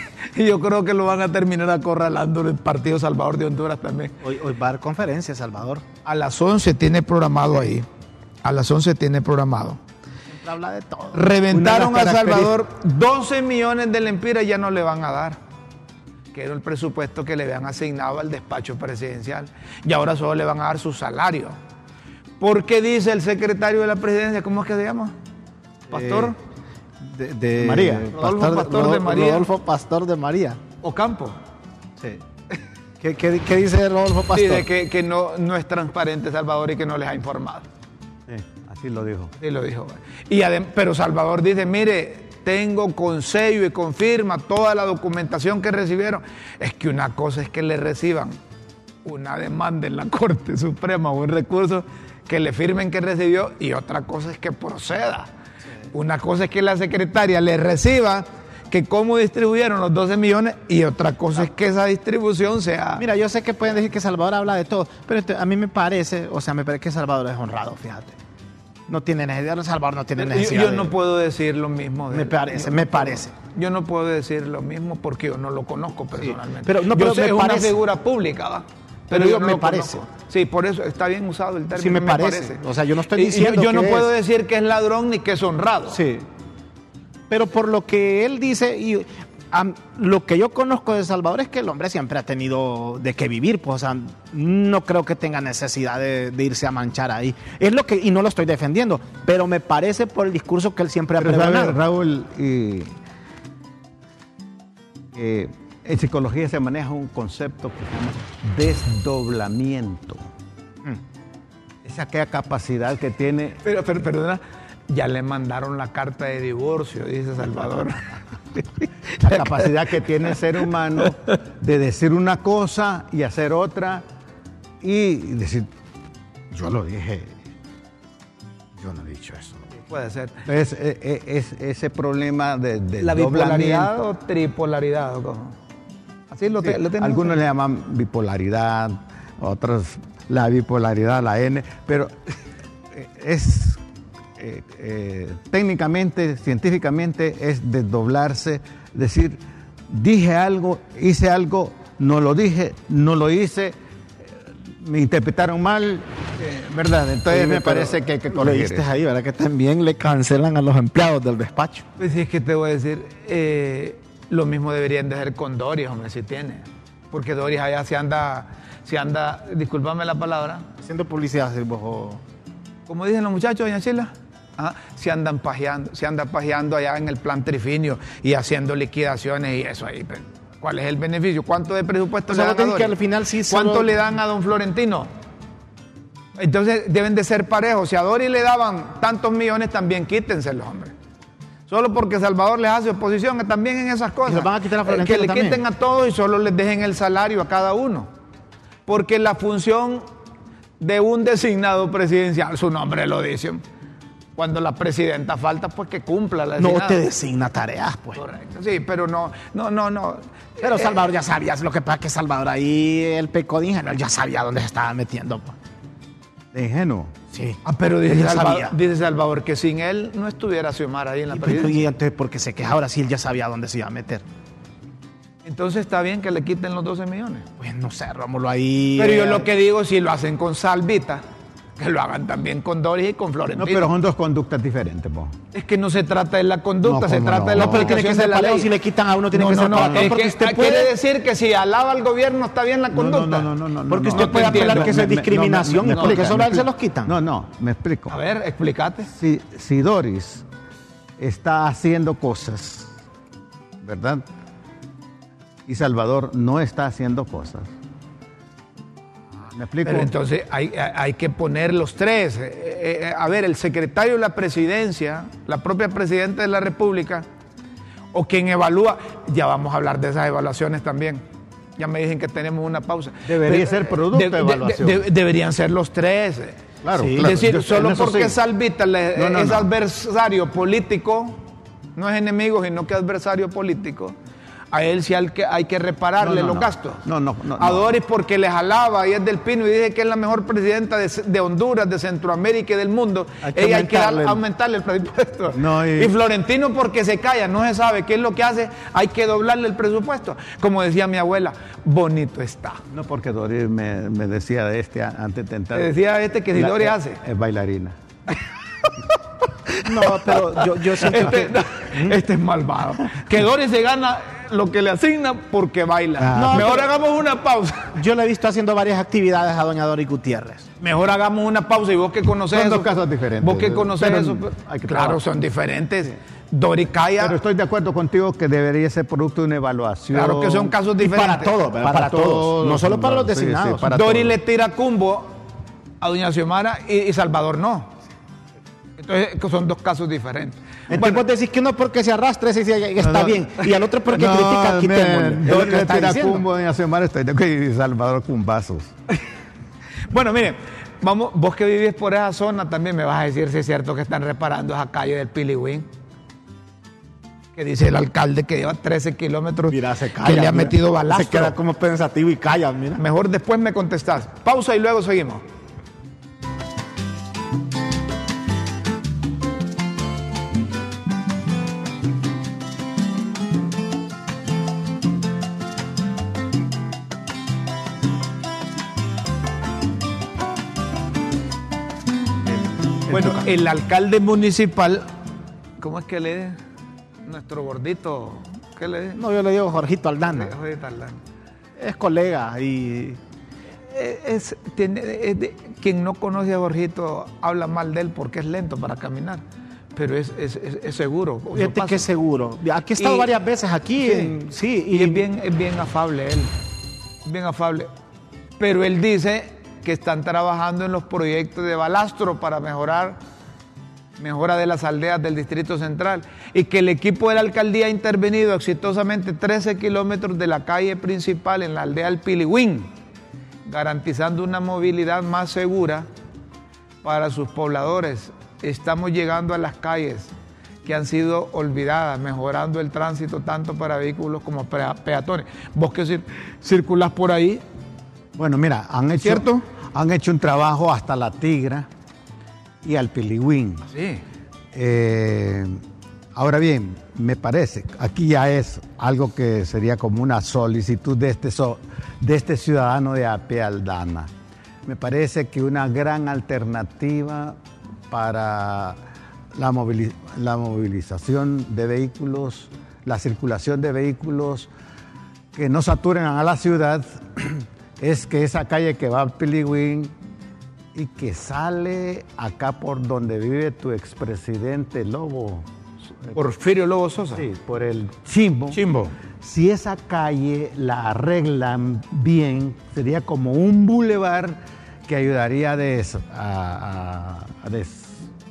y yo creo que lo van a terminar acorralando el Partido Salvador de Honduras también. Hoy, hoy va a dar conferencia, Salvador. A las once tiene programado ahí. A las once tiene programado. Siempre habla de todo. Reventaron Una de a las Salvador doce millones de lempiras, ya no le van a dar, que era el presupuesto que le habían asignado al despacho presidencial. Y ahora solo le van a dar su salario. ¿Por qué dice el secretario de la presidencia? ¿Cómo es que se llama? ¿Pastor? Eh, de, de María. Rodolfo Pastor, Pastor de Rodolfo- María. Rodolfo Pastor de María. ¿Ocampo? Sí. ¿Qué, qué, qué dice Rodolfo Pastor? Sí, de que, que no, no es transparente Salvador y que no les ha informado. Sí, así lo dijo. Sí, lo dijo. Y adem- pero Salvador dice, mire, tengo con sello y confirma toda la documentación que recibieron. Es que una cosa es que le reciban una demanda en la Corte Suprema o un recurso que le firmen que recibió, y otra cosa es que proceda. Sí. Una cosa es que la secretaria le reciba que cómo distribuyeron los doce millones, y otra cosa es que esa distribución sea... Mira, yo sé que pueden decir que Salvador habla de todo, pero este, a mí me parece, o sea, me parece que Salvador es honrado, fíjate. No tiene necesidad, Salvador no tiene necesidad. Yo, yo de- no puedo decir lo mismo de Me él. parece, Yo me no parece. puedo- yo no puedo decir lo mismo porque yo no lo conozco personalmente. pero no, yo pero sé, me es parece. una figura pública, ¿va? Pero yo yo no me lo parece. conozco. Sí, por eso está bien usado el término. Sí, me parece. O sea, yo no estoy Y- y diciendo Yo, yo no que puedo es. decir que es ladrón ni que es honrado. Sí. Pero por lo que él dice, y am, lo que yo conozco de Salvador es que el hombre siempre ha tenido de qué vivir, pues, o sea, no creo que tenga necesidad de, de irse a manchar ahí. Es lo que, y no lo estoy defendiendo, pero me parece por el discurso que él siempre ha Pero sabe, pregonado. Raúl, y, eh, en psicología se maneja un concepto que se llama desdoblamiento. Mm. Es aquella capacidad que tiene... Pero, pero, perdona, ya le mandaron la carta de divorcio, dice Salvador. La capacidad que tiene el ser humano de decir una cosa y hacer otra y decir, yo lo dije, yo no he dicho eso. Puede ser. Entonces, eh, eh, es, ese problema de, de ¿La bipolaridad doblamiento, o tripolaridad? ¿O cómo? Así lo, sí, te, lo tenemos. algunos le llaman bipolaridad, otros la bipolaridad, la N, pero es eh, eh, técnicamente, científicamente, es desdoblarse, decir, dije algo, hice algo, no lo dije, no lo hice, me interpretaron mal, eh, ¿verdad? Entonces Sí, me pero parece que hay que Lo corregir viste eso. ahí, ¿verdad? Que también le cancelan a los empleados del despacho. Pues sí, es que te voy a decir, eh, lo mismo deberían de hacer con Doris, hombre, si tiene. Porque Doris allá se anda, se anda, discúlpame la palabra, Haciendo publicidad, sí, vos, o- como dicen los muchachos, doña Chila, ah, se andan pajeando, se anda pajeando allá en el plan Trifinio y haciendo liquidaciones y eso ahí. Pero, ¿cuál es el beneficio? ¿Cuánto de presupuesto O sea, le vos dan a decís que Doris? al final sí ¿Cuánto solo- le dan a don Florentino? Entonces deben de ser parejos. Si a Doris le daban tantos millones, también quítenselos, hombre. Solo porque Salvador les hace oposición, también en esas cosas. Y les van a quitar a Eh, Florentino Que le también. quiten a todos y solo les dejen el salario a cada uno. Porque la función de un designado presidencial, su nombre lo dice, Cuando la presidenta falta, pues que cumpla la No designada. te designa tareas, pues. Correcto, sí, pero no, no, no, no. Pero Eh, Salvador ya sabía, lo que pasa es que Salvador ahí, el pecó de ingenuo, él ya sabía dónde se estaba metiendo, pues. De ingenuo. Sí. Ah, pero dice Él ya Salvador, sabía. dice Salvador que sin él no estuviera Xiomara ahí en la Y, presidencia. y entonces, ¿por qué se queja ahora si él ya sabía dónde se iba a meter? Entonces está bien que le quiten los doce millones. Pues no sé, Rómulo, ahí... Pero yo eh, lo que digo, si lo hacen con Salvita, que lo hagan también con Doris y con Florentino. No, pero son dos conductas diferentes, po. Es que no se trata de la conducta, No, se ¿cómo trata no? de la No, pero tiene que aplicación de ser la parejo, ley. si le quitan a uno tiene no, que no, ser no, parejo, es porque que usted quiere puede... decir que si alaba al gobierno está bien la No, no, conducta. no, no, no, no, Porque no, usted no, puede no, apelar no, que eso me- es me- discriminación, me y porque explica, solo me a él se explica. los quitan. No, no, me explico. A ver, explícate. Si, si Doris está haciendo cosas, ¿verdad? Y Salvador no está haciendo cosas. ¿Me explico? Pero entonces hay, hay que poner los tres. Eh, eh, a ver, el secretario de la presidencia, la propia presidenta de la República, o quien evalúa, ya vamos a hablar de esas evaluaciones también. Ya me dicen que tenemos una pausa. Debería ser producto de evaluación. de- deberían ser los tres. Claro, Sí. claro. Es decir, Yo- solo en eso porque sí. Salvita le- No, no, es no. adversario político, no es enemigo, sino que es adversario político, a él sí hay que, hay que repararle No, no, los no. gastos. No, no, no, A no. Doris porque les jalaba y es del Pino y dice que es la mejor presidenta de, de Honduras, de Centroamérica y del mundo. Hay que Ella hay que dar- aumentarle. aumentarle el presupuesto. No, y... y- Florentino porque se calla, no se sabe qué es lo que hace, hay que doblarle el presupuesto. Como decía mi abuela, bonito está. No, porque Doris me, me decía de este a- antes de entrar. Te decía este que si La- Doris es- hace. Es bailarina. No, pero yo, yo siento Este, que... este es malvado. Que Doris se gana lo que le asigna porque baila. Ah, No, sí. mejor hagamos una pausa. Yo le he visto haciendo varias actividades a doña Doris Gutiérrez. Mejor hagamos una pausa y vos que conocés Son eso. dos casos diferentes. Vos que conocés Pero eso. hay que claro, trabajar. son diferentes. Doris calla. Pero estoy de acuerdo contigo que debería ser producto de una evaluación. Claro que son casos Y diferentes. para todos, ¿verdad? Para, todos. No solo para los sí, sí, designados. para Doris todos. le tira cumbo a doña Xiomara y, y Salvador no. Entonces son dos casos diferentes. Entonces Bueno, vos decís que uno porque se arrastra ese dice que está No, no. bien. Y al otro porque No, critica, me- quitémosle. Es lo Doris que le está tira diciendo. cumbo a doña Xiomara, estoy de acuerdo, y Salvador cumbazos. bueno, miren, vamos, vos que vivís por esa zona también me vas a decir si es cierto que están reparando esa calle del Piliwín. Que dice el alcalde que lleva trece kilómetros Mira, se que calla. le ha mira. metido balastro. Se queda como pensativo y calla, mira. Mejor después me contestás. Pausa y luego seguimos. Bueno, el alcalde municipal, ¿cómo es que le dice? Nuestro gordito, ¿qué le dice? No, yo le digo Jorgito Aldana. Jorge Talán. Es colega y... Eh, Es, tiene, es de- quien no conoce a Jorgito habla mal de él porque es lento para caminar, pero es, es, es- es seguro. eso Fíjate pasa. que es seguro. Aquí he estado Y- varias veces aquí. Sí, en- sí, y, es, bien, es bien afable él, bien afable. Pero él dice que están trabajando en los proyectos de balastro para mejorar mejora de las aldeas del Distrito Central y que el equipo de la alcaldía ha intervenido exitosamente trece kilómetros de la calle principal en la aldea del Piliwín, garantizando una movilidad más segura para sus pobladores. Estamos llegando a las calles que han sido olvidadas, mejorando el tránsito tanto para vehículos como para peatones. Vos que cir- circulás por ahí, Bueno, mira, han hecho, ¿Cierto? han hecho un trabajo hasta La Tigra y al Piliwín. sí, Eh, ahora bien, me parece, aquí ya es algo que sería como una solicitud de este, so- de este ciudadano de Apia Aldana. Me parece que una gran alternativa para la, movili- la movilización de vehículos, la circulación de vehículos que no saturen a la ciudad, es que esa calle que va al Piliwín y que sale acá por donde vive tu expresidente Lobo, Porfirio Lobo Sosa. sí, por el Chimbo. Chimbo. Si esa calle la arreglan bien, sería como un bulevar que ayudaría a, des- a- a- a des-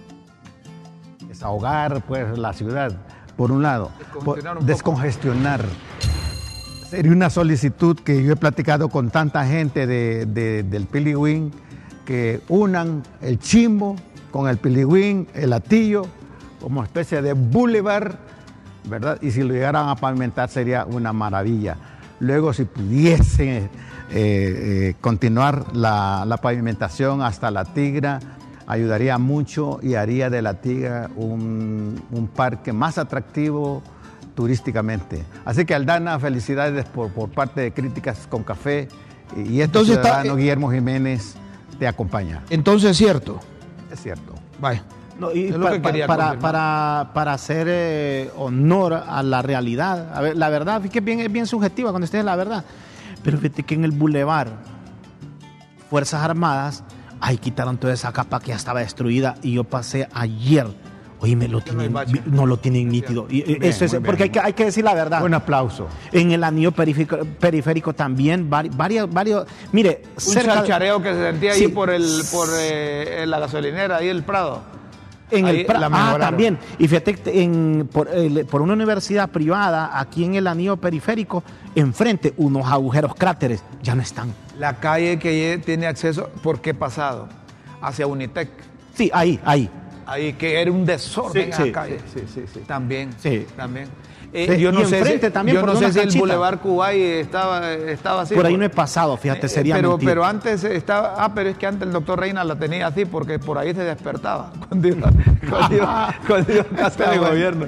desahogar pues, la ciudad, por un lado. Descongestionar Por- un poco. descongestionar. Sería una solicitud que yo he platicado con tanta gente de, de- del Piliwín, que unan el Chimbo con el Piligüín, el Atillo, como especie de boulevard, ¿verdad? Y si lo llegaran a pavimentar sería una maravilla. Luego, si pudiesen eh, eh, continuar la, la pavimentación hasta La Tigra, ayudaría mucho y haría de La Tigra un, un parque más atractivo turísticamente. Así que, Aldana, felicidades por, por parte de Críticas con Café, y este Entonces, ciudadano está, eh, Guillermo Jiménez te acompaña. Entonces es cierto. Es cierto. Vaya. No, y Es lo pa- que pa- quería para, confirmar. para, para hacer eh, honor a la realidad. A ver, la verdad es que es bien, es bien subjetiva cuando estés en la verdad. Pero fíjate que en el bulevar Fuerzas Armadas, ahí quitaron toda esa capa que ya estaba destruida y yo pasé ayer. Oye, me lo tienen, no hay bache. no lo tienen nítido. Y, Bien, eso es, muy bien. porque hay que, hay que decir la verdad. Un aplauso. En el anillo periférico, periférico también, vari- varios, varios, mire, Un cerca, charchareo que se sentía Sí. ahí por el por eh, la gasolinera, ahí el Prado. en Ahí el pra- la ah, mejoraron. también. Y fíjate, que en, por, el- por una universidad privada, aquí en el anillo periférico, enfrente, unos agujeros cráteres, ya no están. La calle que tiene acceso, ¿por qué pasado? Hacia Unitec. Sí, ahí, ahí. Ahí que era un desorden Sí, en sí, la calle. Sí, sí, sí. También. Sí. También. Eh, Sí, yo no y sé enfrente si, también, yo por no sé una si el canchita. Boulevard Cubay estaba, estaba así. Por ahí no he pasado, fíjate, Eh, sería pero, mentir. pero antes estaba, ah, pero es que antes el doctor Reina la tenía así porque por ahí se despertaba cuando iba, cuando iba, cuando iba a casa de gobierno.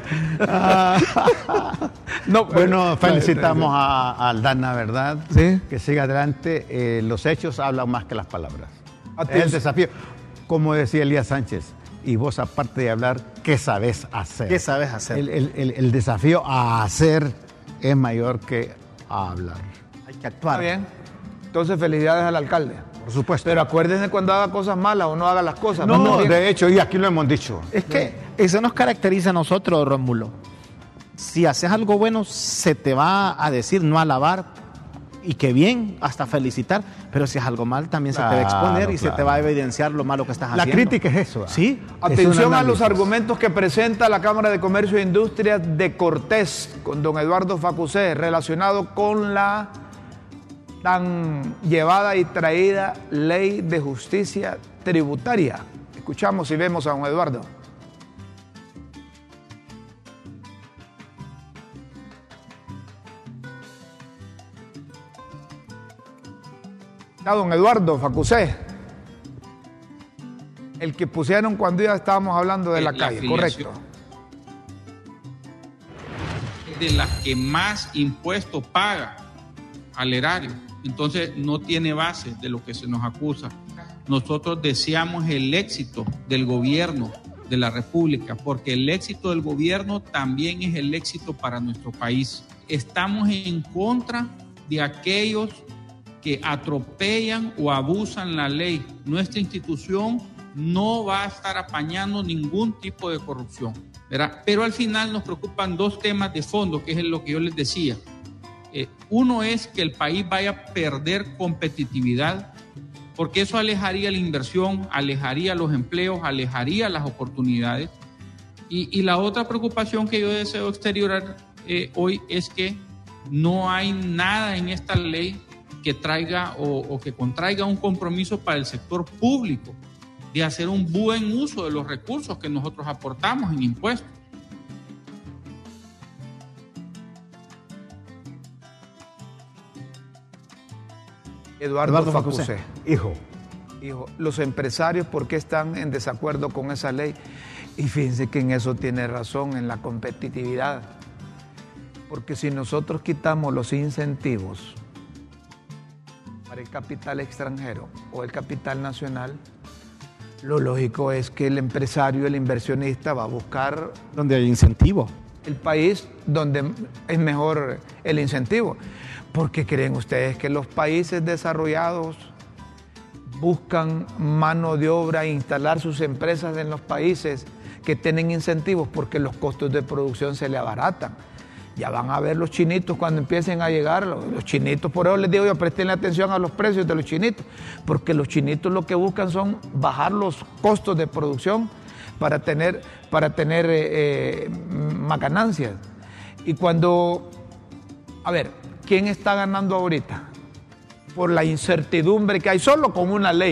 No, Bueno, eh, felicitamos a, a Aldana, ¿verdad? Sí. Que siga adelante. Eh, los hechos hablan más que las palabras. Atención. Es el desafío. Como decía Elías Sánchez, y vos, aparte de hablar, ¿qué sabes hacer? ¿Qué sabes hacer? El, el- el- el desafío a hacer es mayor que a hablar. Hay que actuar. Está bien. Entonces, felicidades al alcalde. Por supuesto. Pero acuérdense cuando haga cosas malas o no haga las cosas. no, Más bien. de hecho, y aquí lo hemos dicho. Es que eso nos caracteriza a nosotros, Rómulo. Si haces algo bueno, se te va a decir, no alabar, y que bien, hasta felicitar, pero si es algo mal, también se te va a exponer Claro, y se claro. te va a evidenciar lo malo que estás La haciendo. crítica es eso. ¿ah? Sí. Es Atención un a los análisis. argumentos que presenta la Cámara de Comercio e Industria de Cortés con don Eduardo Facusé relacionado con la tan llevada y traída ley de justicia tributaria. Escuchamos y vemos a don Eduardo. Ya, don Eduardo Facusé, el que pusieron cuando ya estábamos hablando de la, La calle, afiliación. correcto. De las que más impuestos paga al erario. Entonces no tiene base de lo que se nos acusa. Nosotros deseamos el éxito del gobierno de la República, porque el éxito del gobierno también es el éxito para nuestro país. Estamos en contra de aquellos que atropellan o abusan la ley. Nuestra institución no va a estar apañando ningún tipo de corrupción, ¿verdad? Pero al final nos preocupan dos temas de fondo, que es lo que yo les decía. Eh, uno es que el país vaya a perder competitividad, porque eso alejaría la inversión, alejaría los empleos, alejaría las oportunidades. Y, y la otra preocupación que yo deseo exteriorar eh, hoy es que no hay nada en esta ley que traiga o, o que contraiga un compromiso para el sector público de hacer un buen uso de los recursos que nosotros aportamos en impuestos. Eduardo, Eduardo Facusé. Facusé. Hijo. Hijo, los empresarios, ¿por qué están en desacuerdo con esa ley? Y fíjense que en eso tiene razón, en la competitividad. Porque si nosotros quitamos los incentivos para el capital extranjero o el capital nacional, lo lógico es que el empresario, el inversionista va a buscar Donde hay incentivo. el país donde es mejor el incentivo. ¿Por qué creen ustedes que los países desarrollados buscan mano de obra e instalar sus empresas en los países que tienen incentivos? Porque los costos de producción se le abaratan. Ya van a ver los chinitos cuando empiecen a llegar, los, los chinitos, por eso les digo yo, presten atención a los precios de los chinitos, porque los chinitos lo que buscan son bajar los costos de producción para tener, para tener eh, eh, más ganancias. Y cuando, a ver, ¿quién está ganando ahorita? Por la incertidumbre que hay solo con una ley.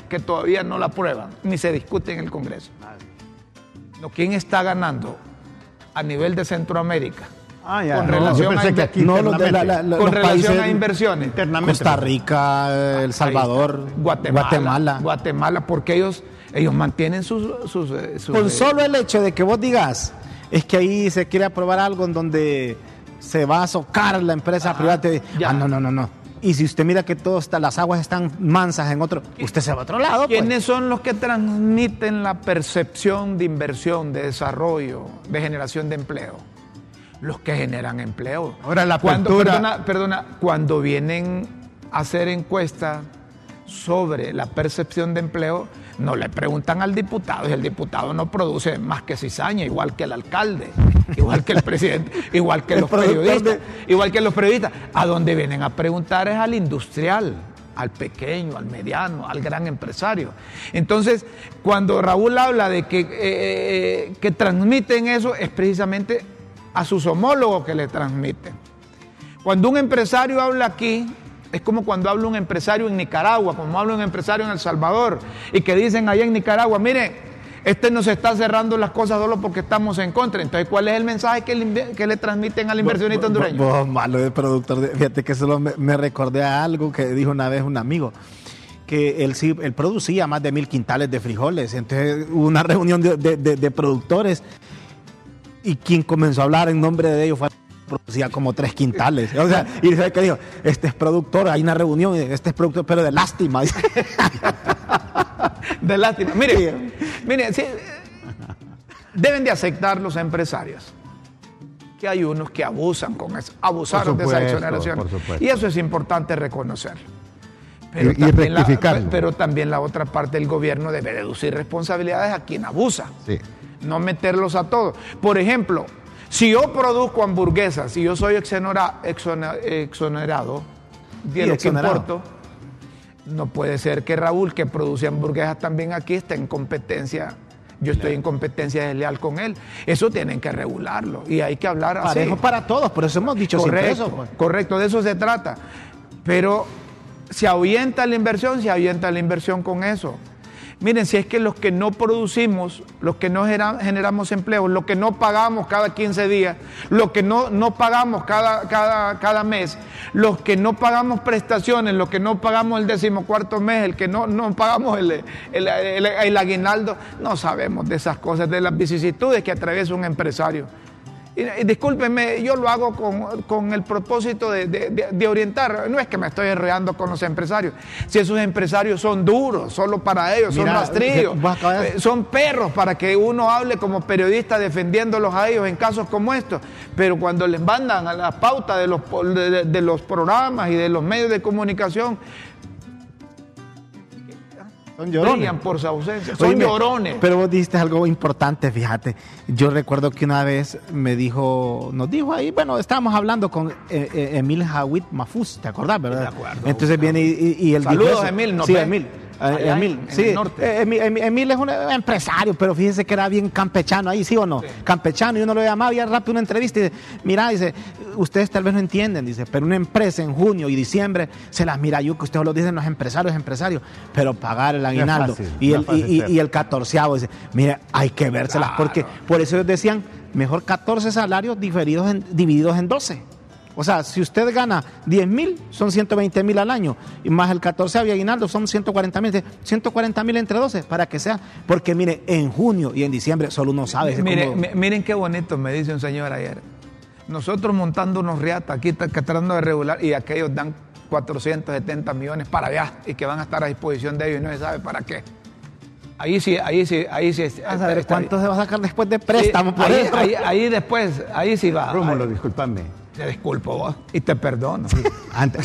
que todavía no la aprueban, ni se discute en el Congreso. No, ¿quién está ganando a nivel de Centroamérica? Ah, ya. Con No, relación, yo pensé a, que aquí no, los de la, la, la, con los relación países a inversiones. Internamente. Costa Rica, El Salvador, Guatemala, Guatemala. Guatemala, porque ellos, ellos mantienen sus... sus, sus Con eh, solo el hecho de que vos digas, es que ahí se quiere aprobar algo en donde se va a socar la empresa Ajá, privada. Te, ya. ah, no, no, no, no. Y si usted mira que todas las aguas están mansas en otro, usted se va a otro lado. ¿Quiénes pues. son los que transmiten la percepción de inversión, de desarrollo, de generación de empleo? Los que generan empleo. Ahora la cuando, apertura... perdona, perdona, cuando vienen a hacer encuestas sobre la percepción de empleo, no le preguntan al diputado, y el diputado no produce más que cizaña, igual que el alcalde, igual que el presidente, igual que El los productor periodistas, de- igual que los periodistas. A donde vienen a preguntar es al industrial, al pequeño, al mediano, al gran empresario. Entonces, cuando Raúl habla de que, eh, que transmiten eso, es precisamente a sus homólogos que le transmiten. Cuando un empresario habla aquí, es como cuando habla un empresario en Nicaragua, como habla un empresario en El Salvador, y que dicen allá en Nicaragua, mire, este nos está cerrando las cosas solo porque estamos en contra. Entonces, ¿cuál es el mensaje que le, que le transmiten al inversionista Vos- vos- hondureño? vos, malo de productor. de- Fíjate que solo me, me recordé a algo que dijo una vez un amigo, que él, sí, él producía más de mil quintales de frijoles. Entonces hubo una reunión de, de- de- de productores y quien comenzó a hablar en nombre de ellos fue producía como tres quintales. O sea, y ¿sabe qué dijo? Este es productor, hay una reunión, este es productor, pero de lástima. De lástima. Mire, mire, sí, deben de aceptar los empresarios que hay unos que abusan con eso, abusaron Por de esa supuesto, exoneración. por supuesto. Y eso es importante reconocerlo. Y- y también la, rectificarlo. pero también la otra parte del gobierno debe deducir responsabilidades a quien abusa. Sí. No meterlos a todos. Por ejemplo, si yo produzco hamburguesas y yo soy exonera- exone- exonerado de Sí, lo que exonerado. importo, no puede ser que Raúl, que produce hamburguesas también aquí, esté en competencia. Yo estoy en competencia desleal con él. Eso tienen que regularlo y hay que hablar así. Parejo para todos, por eso hemos dicho siempre Correcto, eso. Pues. correcto, de eso se trata. Pero se ahuyenta la inversión, se ahuyenta la inversión con eso. Miren, si es que los que no producimos, los que no genera- generamos empleos, los que no pagamos cada quince días, los que no, no pagamos cada, cada, cada mes, los que no pagamos prestaciones, los que no pagamos el decimocuarto mes, el que no, no pagamos el, el, el- el aguinaldo, no sabemos de esas cosas, de las vicisitudes que atraviesa un empresario. Y, y discúlpenme, yo lo hago con, con el propósito de, de- de- de orientar. No es que me estoy enredando con los empresarios. Si esos empresarios son duros, solo para ellos, son Mira, rastrillos, vas a acabar- eh, son perros para que uno hable como periodista defendiéndolos a ellos en casos como estos. Pero cuando les mandan a la pauta de los, po- de, de- de los programas y de los medios de comunicación, Son llorones. brillan por su ausencia. Son Oíme, llorones. Pero vos dijiste algo importante, fíjate. Yo recuerdo que una vez me dijo, nos dijo ahí, bueno, estábamos hablando con eh, eh, Emil Hawit Mafuz, ¿te acordás, verdad? De acuerdo, Entonces claro. viene y, y, y él Saludos, dijo eso. Emil, nos Sí, ve. Emil. Eh, Allá Emil, en- en sí. el norte. Eh, Emil, Emil- Emil es un empresario, pero fíjese que era bien campechano ahí, ¿sí o no? Sí. Campechano, y uno lo llamaba ya rápido una entrevista y dice, mira, dice, ustedes tal vez no entienden, dice, pero una empresa en junio y diciembre se las mira yo, que ustedes lo dicen los empresarios, empresarios, pero pagar el aguinaldo fácil, y, no el, es fácil y, y- ser. y el catorceavo, dice, mire, hay que vérselas, Claro. porque por eso ellos decían, mejor catorce salarios diferidos en- divididos en doce. O sea, si usted gana diez mil, son ciento veinte mil al año, y más el catorceavo y aguinaldo son ciento cuarenta mil, ciento cuarenta mil entre doce, para que sea, porque mire, en junio y en diciembre solo uno sabe. es Mire, como- mi- miren qué bonito, me dice un señor ayer. Nosotros montando unos riatas aquí ta- tratando de regular y aquellos dan cuatrocientos setenta millones para allá y que van a estar a disposición de ellos y no se sabe para qué. Ahí sí, ahí sí, ahí sí. a saber está cuánto bien. se va a sacar después de préstamo. Sí, por ahí, eso. ahí- ahí después, ahí sí va. Rómulo, Ahí- discúlpame. te disculpo vos y te perdono. Antes,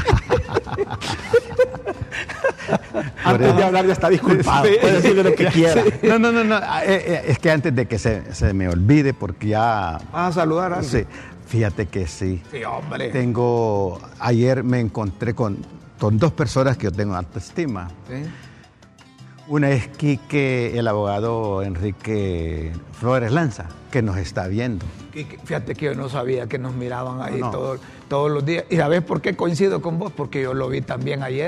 Antes de hablar ya está disculpado, Sí. puede decirle lo que quiera. no, no, no, no. eh, eh, Es que antes de que se, se me olvide, porque ya. ¿Vas a saludar a alguien? Sí, fíjate que sí. Sí, hombre. Tengo. Ayer me encontré con, con dos personas que yo tengo alta estima. Sí. Una es Quique, el abogado Enrique Flores Lanza, que nos está viendo. Y que- fíjate que yo no sabía que nos miraban ahí No. todo- todos los días. ¿Y sabes por qué coincido con vos? Porque yo lo vi también ayer.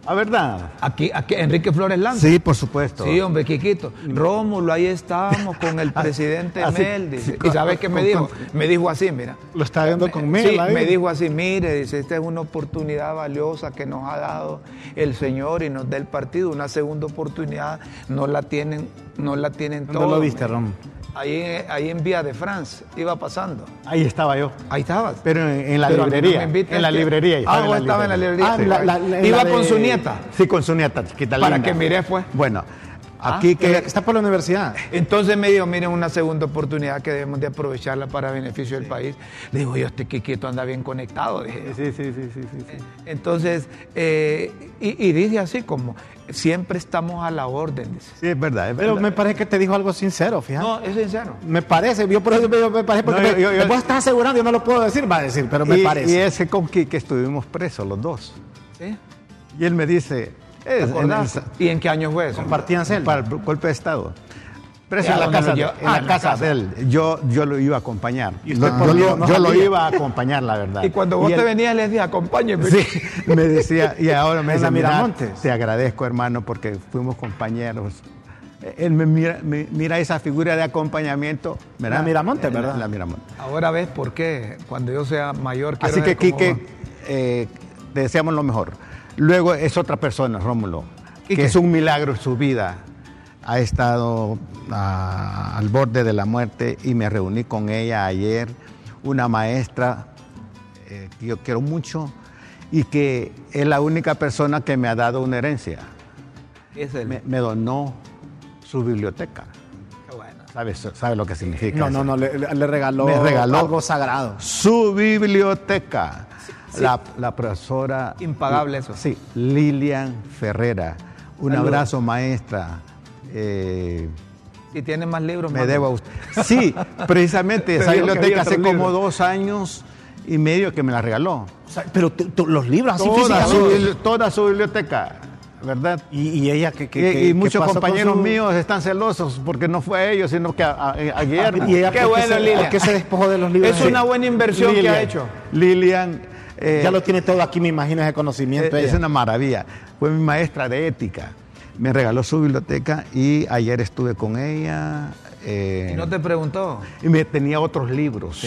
¿A verdad? Aquí, aquí, Enrique Flores Lanza. Sí, por supuesto. Sí, hombre, Quiquito. Rómulo, ahí estábamos con el presidente así, Mel, dice. sí, ¿Y sabes qué me con- dijo? con- Me dijo así, mira. Lo está viendo con Mel Sí, ahí. me dijo así, mire, dice, esta es una oportunidad valiosa que nos ha dado el Señor y nos da el partido. Una segunda oportunidad no la tienen, no la tienen ¿Dónde todos. lo viste, me- Rómulo? Ahí, ahí en Vía de France, iba pasando. Ahí estaba yo. Ahí estabas. Pero en, en la Pero a mí no librería. me invitas, en la que- librería. Ah, estaba vos estaba en la librería. Ah, Sí. la- la- la- Iba la con de- su nieta. Sí, con su nieta, chiquita Para linda. que miré, fue. Bueno, Ah, aquí Que que... está por la universidad. Entonces me dijo, miren, una segunda oportunidad que debemos de aprovecharla para beneficio del país. Le digo, yo, este Quiquito anda bien conectado, dije yo. Sí, sí, sí, sí, sí, sí. Entonces, eh, y, y dice así como, siempre estamos a la orden, dice. Sí, es verdad, es Pero verdad. me parece que te dijo algo sincero, fíjate. No, es sincero. Me parece, yo por eso me, me parece, porque No, yo- me, yo- yo- vos estás asegurando, yo no lo puedo decir, va a decir, pero me y, parece. y ese con que estuvimos presos los dos. ¿Sí? Y él me dice... ¿Te Es, en el- acordás? ¿Y en qué año fue eso? Compartían celda. para el golpe de Estado. Preso ¿Y a en la dónde casa, lo de, lleva? en Ah, la en la casa casa. de él. Yo, yo lo iba a acompañar. ¿Y usted Lo- por yo qué lo, no yo lo salía? iba a acompañar, la verdad. Y cuando vos Y te él- venías, les dije, acompáñeme. Sí, me decía, y ahora me En dice, la "Mira, Miramontes". te agradezco, hermano, porque fuimos compañeros. Él me mira, me- mira esa figura de acompañamiento. ¿verdad? La Miramontes, En la- ¿verdad? La Miramontes. Ahora ves por qué, cuando yo sea mayor, quiero Así que, ver cómo Quique, va. eh, te deseamos lo mejor. Luego es otra persona, Rómulo, Quique. que es un milagro su vida. Ha estado ah, al borde de la muerte y me reuní con ella ayer, una maestra eh, que yo quiero mucho y que es la única persona que me ha dado una herencia. Es el... Me, me donó su biblioteca. Qué bueno. ¿Sabes sabe lo que significa No, eso? no, no, le, le regaló, Me regaló. algo sagrado. Su biblioteca. La, la profesora... Impagable eso. Sí, Lilian Ferrera. Un Saludos. abrazo, maestra. Eh, Si tienes más libros, me manda. debo a usted. Sí, precisamente Te esa digo que biblioteca había hace otros como libros. dos años y medio que me la regaló. O sea, pero tú- tú- los libros así Toda su, físicamente. bibli- toda su biblioteca, ¿verdad? Y, y ella que, que, Y- que- y que muchos pasó con compañeros su- míos están celosos porque no fue a ellos, sino que a, a- a Guillermo. Y ella Qué ¿por bueno, se, Lilian. ¿por qué se despojó de los libros? Es una buena inversión que Lilian, ha hecho. Lilian eh, Ya lo tiene todo aquí, me imagino, ese conocimiento. es, es ella. una maravilla. Fue mi maestra de ética. Me regaló su biblioteca y ayer estuve con ella. eh, Y no te preguntó. y me tenía otros libros.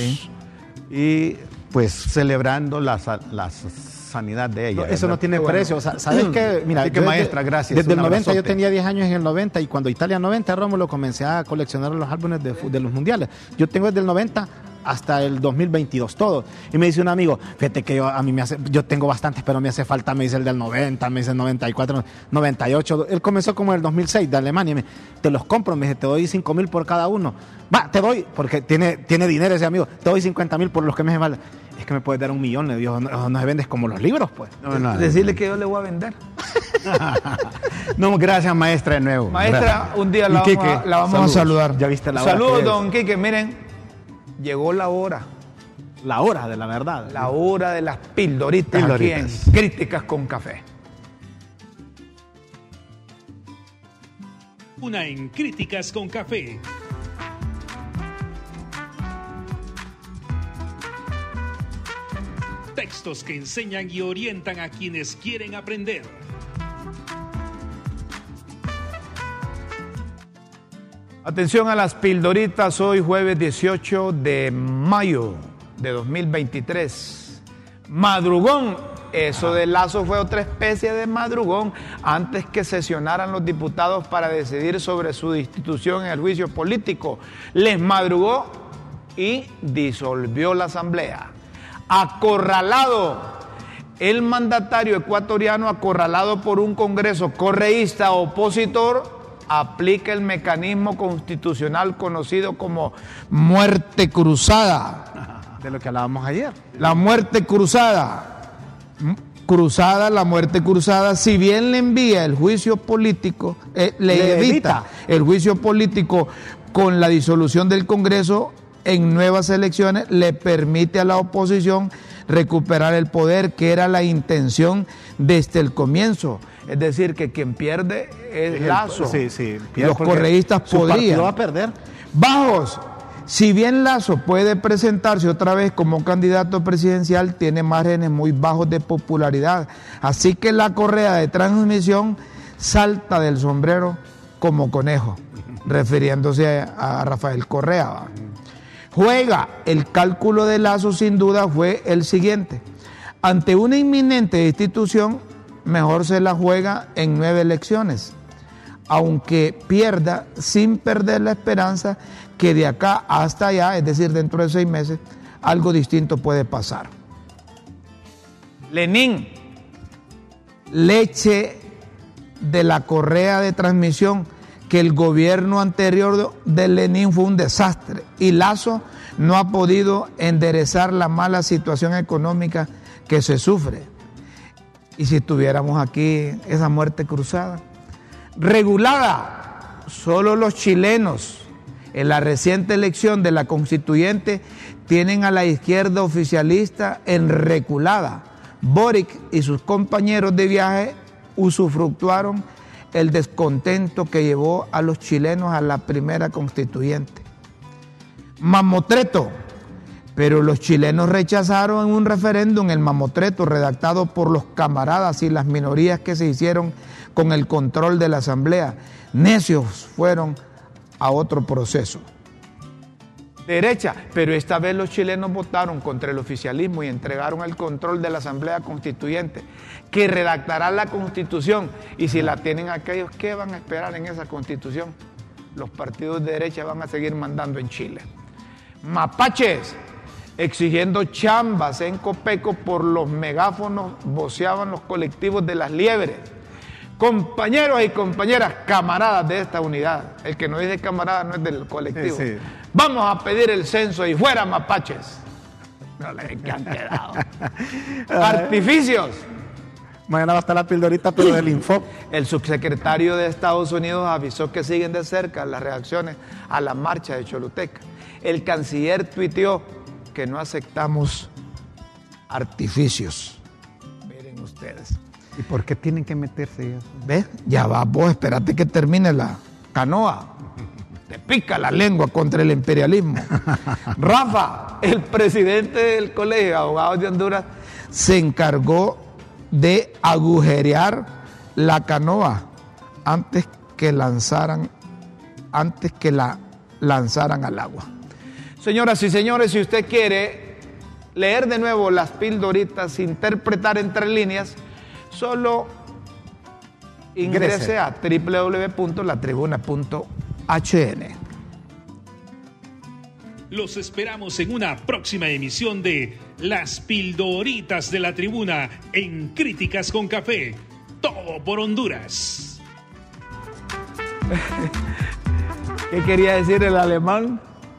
Y pues celebrando la, sa- la sanidad de ella. No, eso no ¿verdad? tiene Qué bueno. precio. O sea, ¿sabes qué? Mira, Así que, yo desde- maestra, gracias, Desde un el noventa, yo abrazote. tenía diez años en el noventa y cuando Italia noventa, Rómulo, comencé a coleccionar los álbumes de, fu- de los mundiales. Yo tengo desde el noventa hasta el dos mil veintidós, todo. Y me dice un amigo, fíjate que yo, a mí me hace, yo tengo bastantes, pero me hace falta, me dice el del noventa, me dice el noventa y cuatro, noventa y ocho. Él comenzó como en el dos mil seis de Alemania. Y me, te los compro, me dice, te doy cinco mil por cada uno. Va, te doy, porque tiene, tiene dinero ese amigo, te doy cincuenta mil por los que me hacen falta. Es que me puedes dar un millón, le digo, no, no se vendes como los libros, pues. No, no, Decirle que yo le voy a vender. no, gracias, maestra, de nuevo. Maestra, Gracias. un día Y la vamos, Quique, a, la vamos a saludos. saludar. Ya viste la hora Saludos, que es. don Quique. Miren, llegó la hora. La hora de la verdad. La hora de las pildoritas, Pildoritas. aquí en Críticas con Café. Una en Críticas con Café. Textos que enseñan y orientan a quienes quieren aprender. Atención a las pildoritas, hoy jueves dieciocho de mayo de dos mil veintitrés. Madrugón, eso de Lazo fue otra especie de madrugón antes que sesionaran los diputados para decidir sobre su destitución en el juicio político. Les madrugó y disolvió la asamblea. Acorralado, el mandatario ecuatoriano acorralado por un Congreso correísta opositor aplica el mecanismo constitucional conocido como muerte cruzada. De lo que hablábamos ayer. La muerte cruzada. Cruzada, la muerte cruzada, si bien le envía el juicio político, eh, le, Le evita, evita. el juicio político con la disolución del Congreso en nuevas elecciones, le permite a la oposición recuperar el poder, que era la intención desde el comienzo. Es decir, que quien pierde es el- Lazo. sí, sí, Y pierde los porque correístas su partido podrían. va a perder. Bajos. Si bien Lasso puede presentarse otra vez como candidato presidencial, tiene márgenes muy bajos de popularidad. Así que la Correa de Transmisión salta del sombrero como conejo, refiriéndose a, a Rafael Correa. ¿va? Juega, el cálculo de Lasso sin duda fue el siguiente. Ante una inminente destitución, mejor se la juega en nueve elecciones, aunque pierda sin perder la esperanza que de acá hasta allá, es decir, dentro de seis meses, algo distinto puede pasar. Lenin, leche de la Correa de Transmisión, que el gobierno anterior de Lenin fue un desastre y Lasso no ha podido enderezar la mala situación económica que se sufre. Y si tuviéramos aquí esa muerte cruzada, regulada, solo los chilenos en la reciente elección de la constituyente tienen a la izquierda oficialista en reculada. Boric y sus compañeros de viaje usufructuaron el descontento que llevó a los chilenos a la primera constituyente. Mamotreto, pero los chilenos rechazaron en un referéndum el mamotreto redactado por los camaradas y las minorías que se hicieron con el control de la asamblea. Necios fueron a otro proceso. Derecha, pero esta vez los chilenos votaron contra el oficialismo y entregaron el control de la asamblea constituyente, que redactará la constitución. Y si la tienen aquellos, ¿qué van a esperar en esa constitución? Los partidos de derecha van a seguir mandando en Chile. Mapaches, exigiendo chambas en Copeco por los megáfonos, voceaban los colectivos de las liebres. Compañeros y compañeras, camaradas de esta unidad, el que no dice camarada no es del colectivo, sí, sí. Vamos a pedir el censo y fuera mapaches. No les han quedado. Artificios. Mañana va a estar la pildorita, pero del Info. El subsecretario de Estados Unidos avisó que siguen de cerca las reacciones a la marcha de Choluteca. El canciller tuiteó que no aceptamos artificios. Miren ustedes. ¿Y por qué tienen que meterse eso? ¿Ves? Ya va, vos, espérate que termine la canoa. Te pica la lengua contra el imperialismo. Rafa, el presidente del Colegio de Abogados de Honduras, se encargó de agujerear la canoa antes que lanzaran, antes que la lanzaran al agua. Señoras y señores, si usted quiere leer de nuevo las pildoritas, interpretar entre líneas, solo ingrese a doble u doble u doble u punto la tribuna punto h n. Los esperamos en una próxima emisión de Las Pildoritas de la Tribuna en Críticas con Café. Todo por Honduras. ¿Qué quería decir el alemán?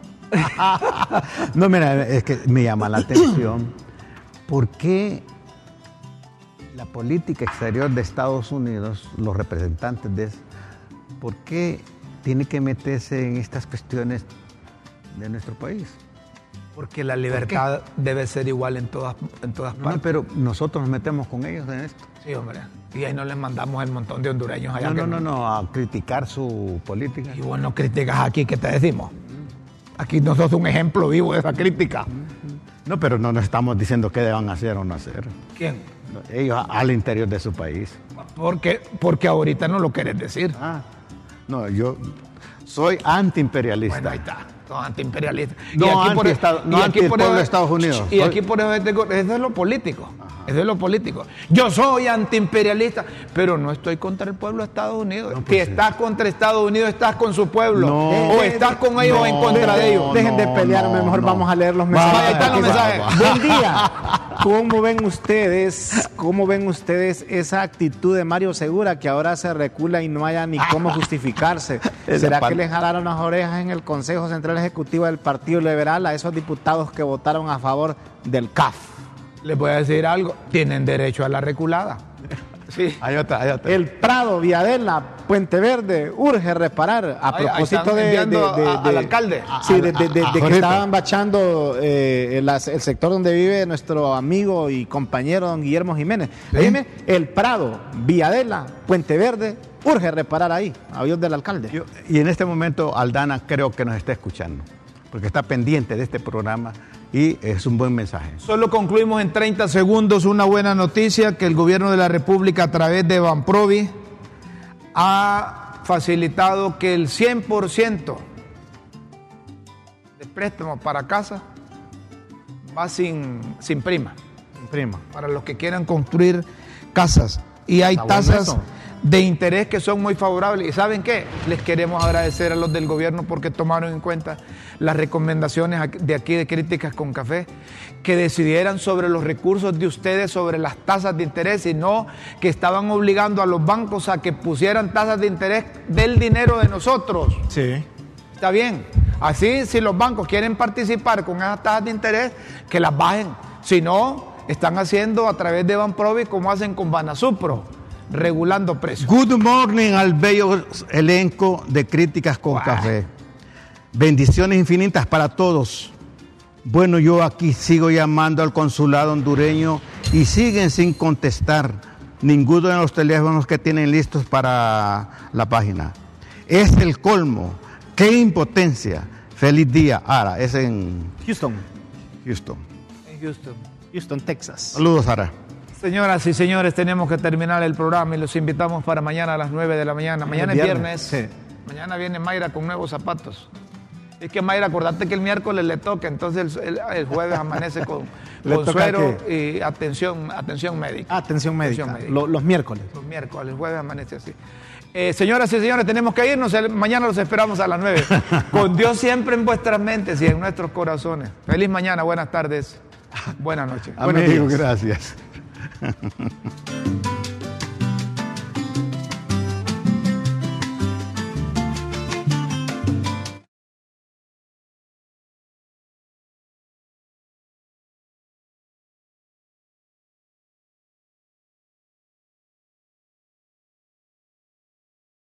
No, mira, es que me llama la atención. ¿Por qué la política exterior de Estados Unidos, los representantes de eso, por qué tiene que meterse en estas cuestiones de nuestro país? Porque la libertad debe ser igual en todas, en todas no, partes. No, pero nosotros nos metemos con ellos en esto. Sí, hombre. Y ahí no les mandamos el montón de hondureños allá. No, que no, no, no, a criticar su política. Y vos no criticas aquí, ¿qué te decimos? Aquí nosotros un ejemplo vivo de esa crítica. No, pero no nos estamos diciendo qué deban hacer o no hacer. ¿Quién? Ellos al interior de su país. ¿Por qué? Porque ahorita no lo querés decir. Ah, no, yo soy antiimperialista. Bueno, ahí está. Son antiimperialistas. No, y aquí anti por, estado, no y anti aquí el por pueblo eso, de Estados Unidos. Y aquí por eso, eso es lo político. Ajá. Eso es lo político. Yo soy antiimperialista, pero no estoy contra el pueblo de Estados Unidos. No, pues si sí. estás contra Estados Unidos, estás con su pueblo. No, o estás con ellos no, o en contra no, de ellos. Dejen de pelear, no, mejor no. vamos a leer los mensajes. Ahí están los mensajes. Buen día. ¿Cómo ven ustedes, cómo ven ustedes esa actitud de Mario Segura, que ahora se recula y no haya ni cómo justificarse? ¿Será que le jalaron las orejas en el Consejo Central Ejecutivo del Partido Liberal a esos diputados que votaron a favor del C A F? Les voy a decir algo, tienen derecho a la reculada. Sí. Hay otra, hay otra. El Prado, Villadela, Puente Verde, urge reparar. A ahí, propósito ahí de, de, de, de, de, al alcalde. Sí, de, de, de, de que estaban bachando eh, el, el sector donde vive nuestro amigo y compañero don Guillermo Jiménez. ¿Sí? Dime, el Prado, Villadela, Puente Verde, urge reparar ahí, a Dios del alcalde. Yo, y en este momento Aldana creo que nos está escuchando. porque está pendiente de este programa y es un buen mensaje. Solo concluimos en treinta segundos una buena noticia, que el gobierno de la República a través de Banprovi ha facilitado que el cien por ciento de préstamos para casa va sin, sin prima. Sin prima. Para los que quieran construir casas. Y hay Está bueno tasas eso. de interés que son muy favorables. ¿Y saben qué? Les queremos agradecer a los del gobierno porque tomaron en cuenta las recomendaciones de aquí de Críticas con Café, que decidieran sobre los recursos de ustedes, sobre las tasas de interés, y no que estaban obligando a los bancos a que pusieran tasas de interés del dinero de nosotros. Sí. Está bien. Así, si los bancos quieren participar con esas tasas de interés, que las bajen. Si no, están haciendo a través de Banprovi como hacen con Banasupro, regulando precios. Good morning al bello elenco de Críticas con Wow. Café. Bendiciones infinitas para todos. Bueno, yo aquí sigo llamando al consulado hondureño y siguen sin contestar ninguno de los teléfonos que tienen listos para la página. Es el colmo. ¡Qué impotencia! Feliz día. Ara, es en Houston. Houston. En Houston. Houston, Texas. Saludos, Ara. Señoras y señores, tenemos que terminar el programa y los invitamos para mañana a las nueve de la mañana. Mañana es viernes. viernes, sí. Mañana viene Mayra con nuevos zapatos. Es que Mayra, acordate que el miércoles le toca, entonces el, el- el jueves amanece con, ¿Le con toca suero y atención, atención médica. Atención médica. Atención médica. Lo- los miércoles. Los miércoles, el jueves amanece así. Eh, señoras y señores, tenemos que irnos. El- mañana los esperamos a las nueve. Con Dios siempre en vuestras mentes y en nuestros corazones. Feliz mañana, buenas tardes, buenas noches. Amigo, gracias.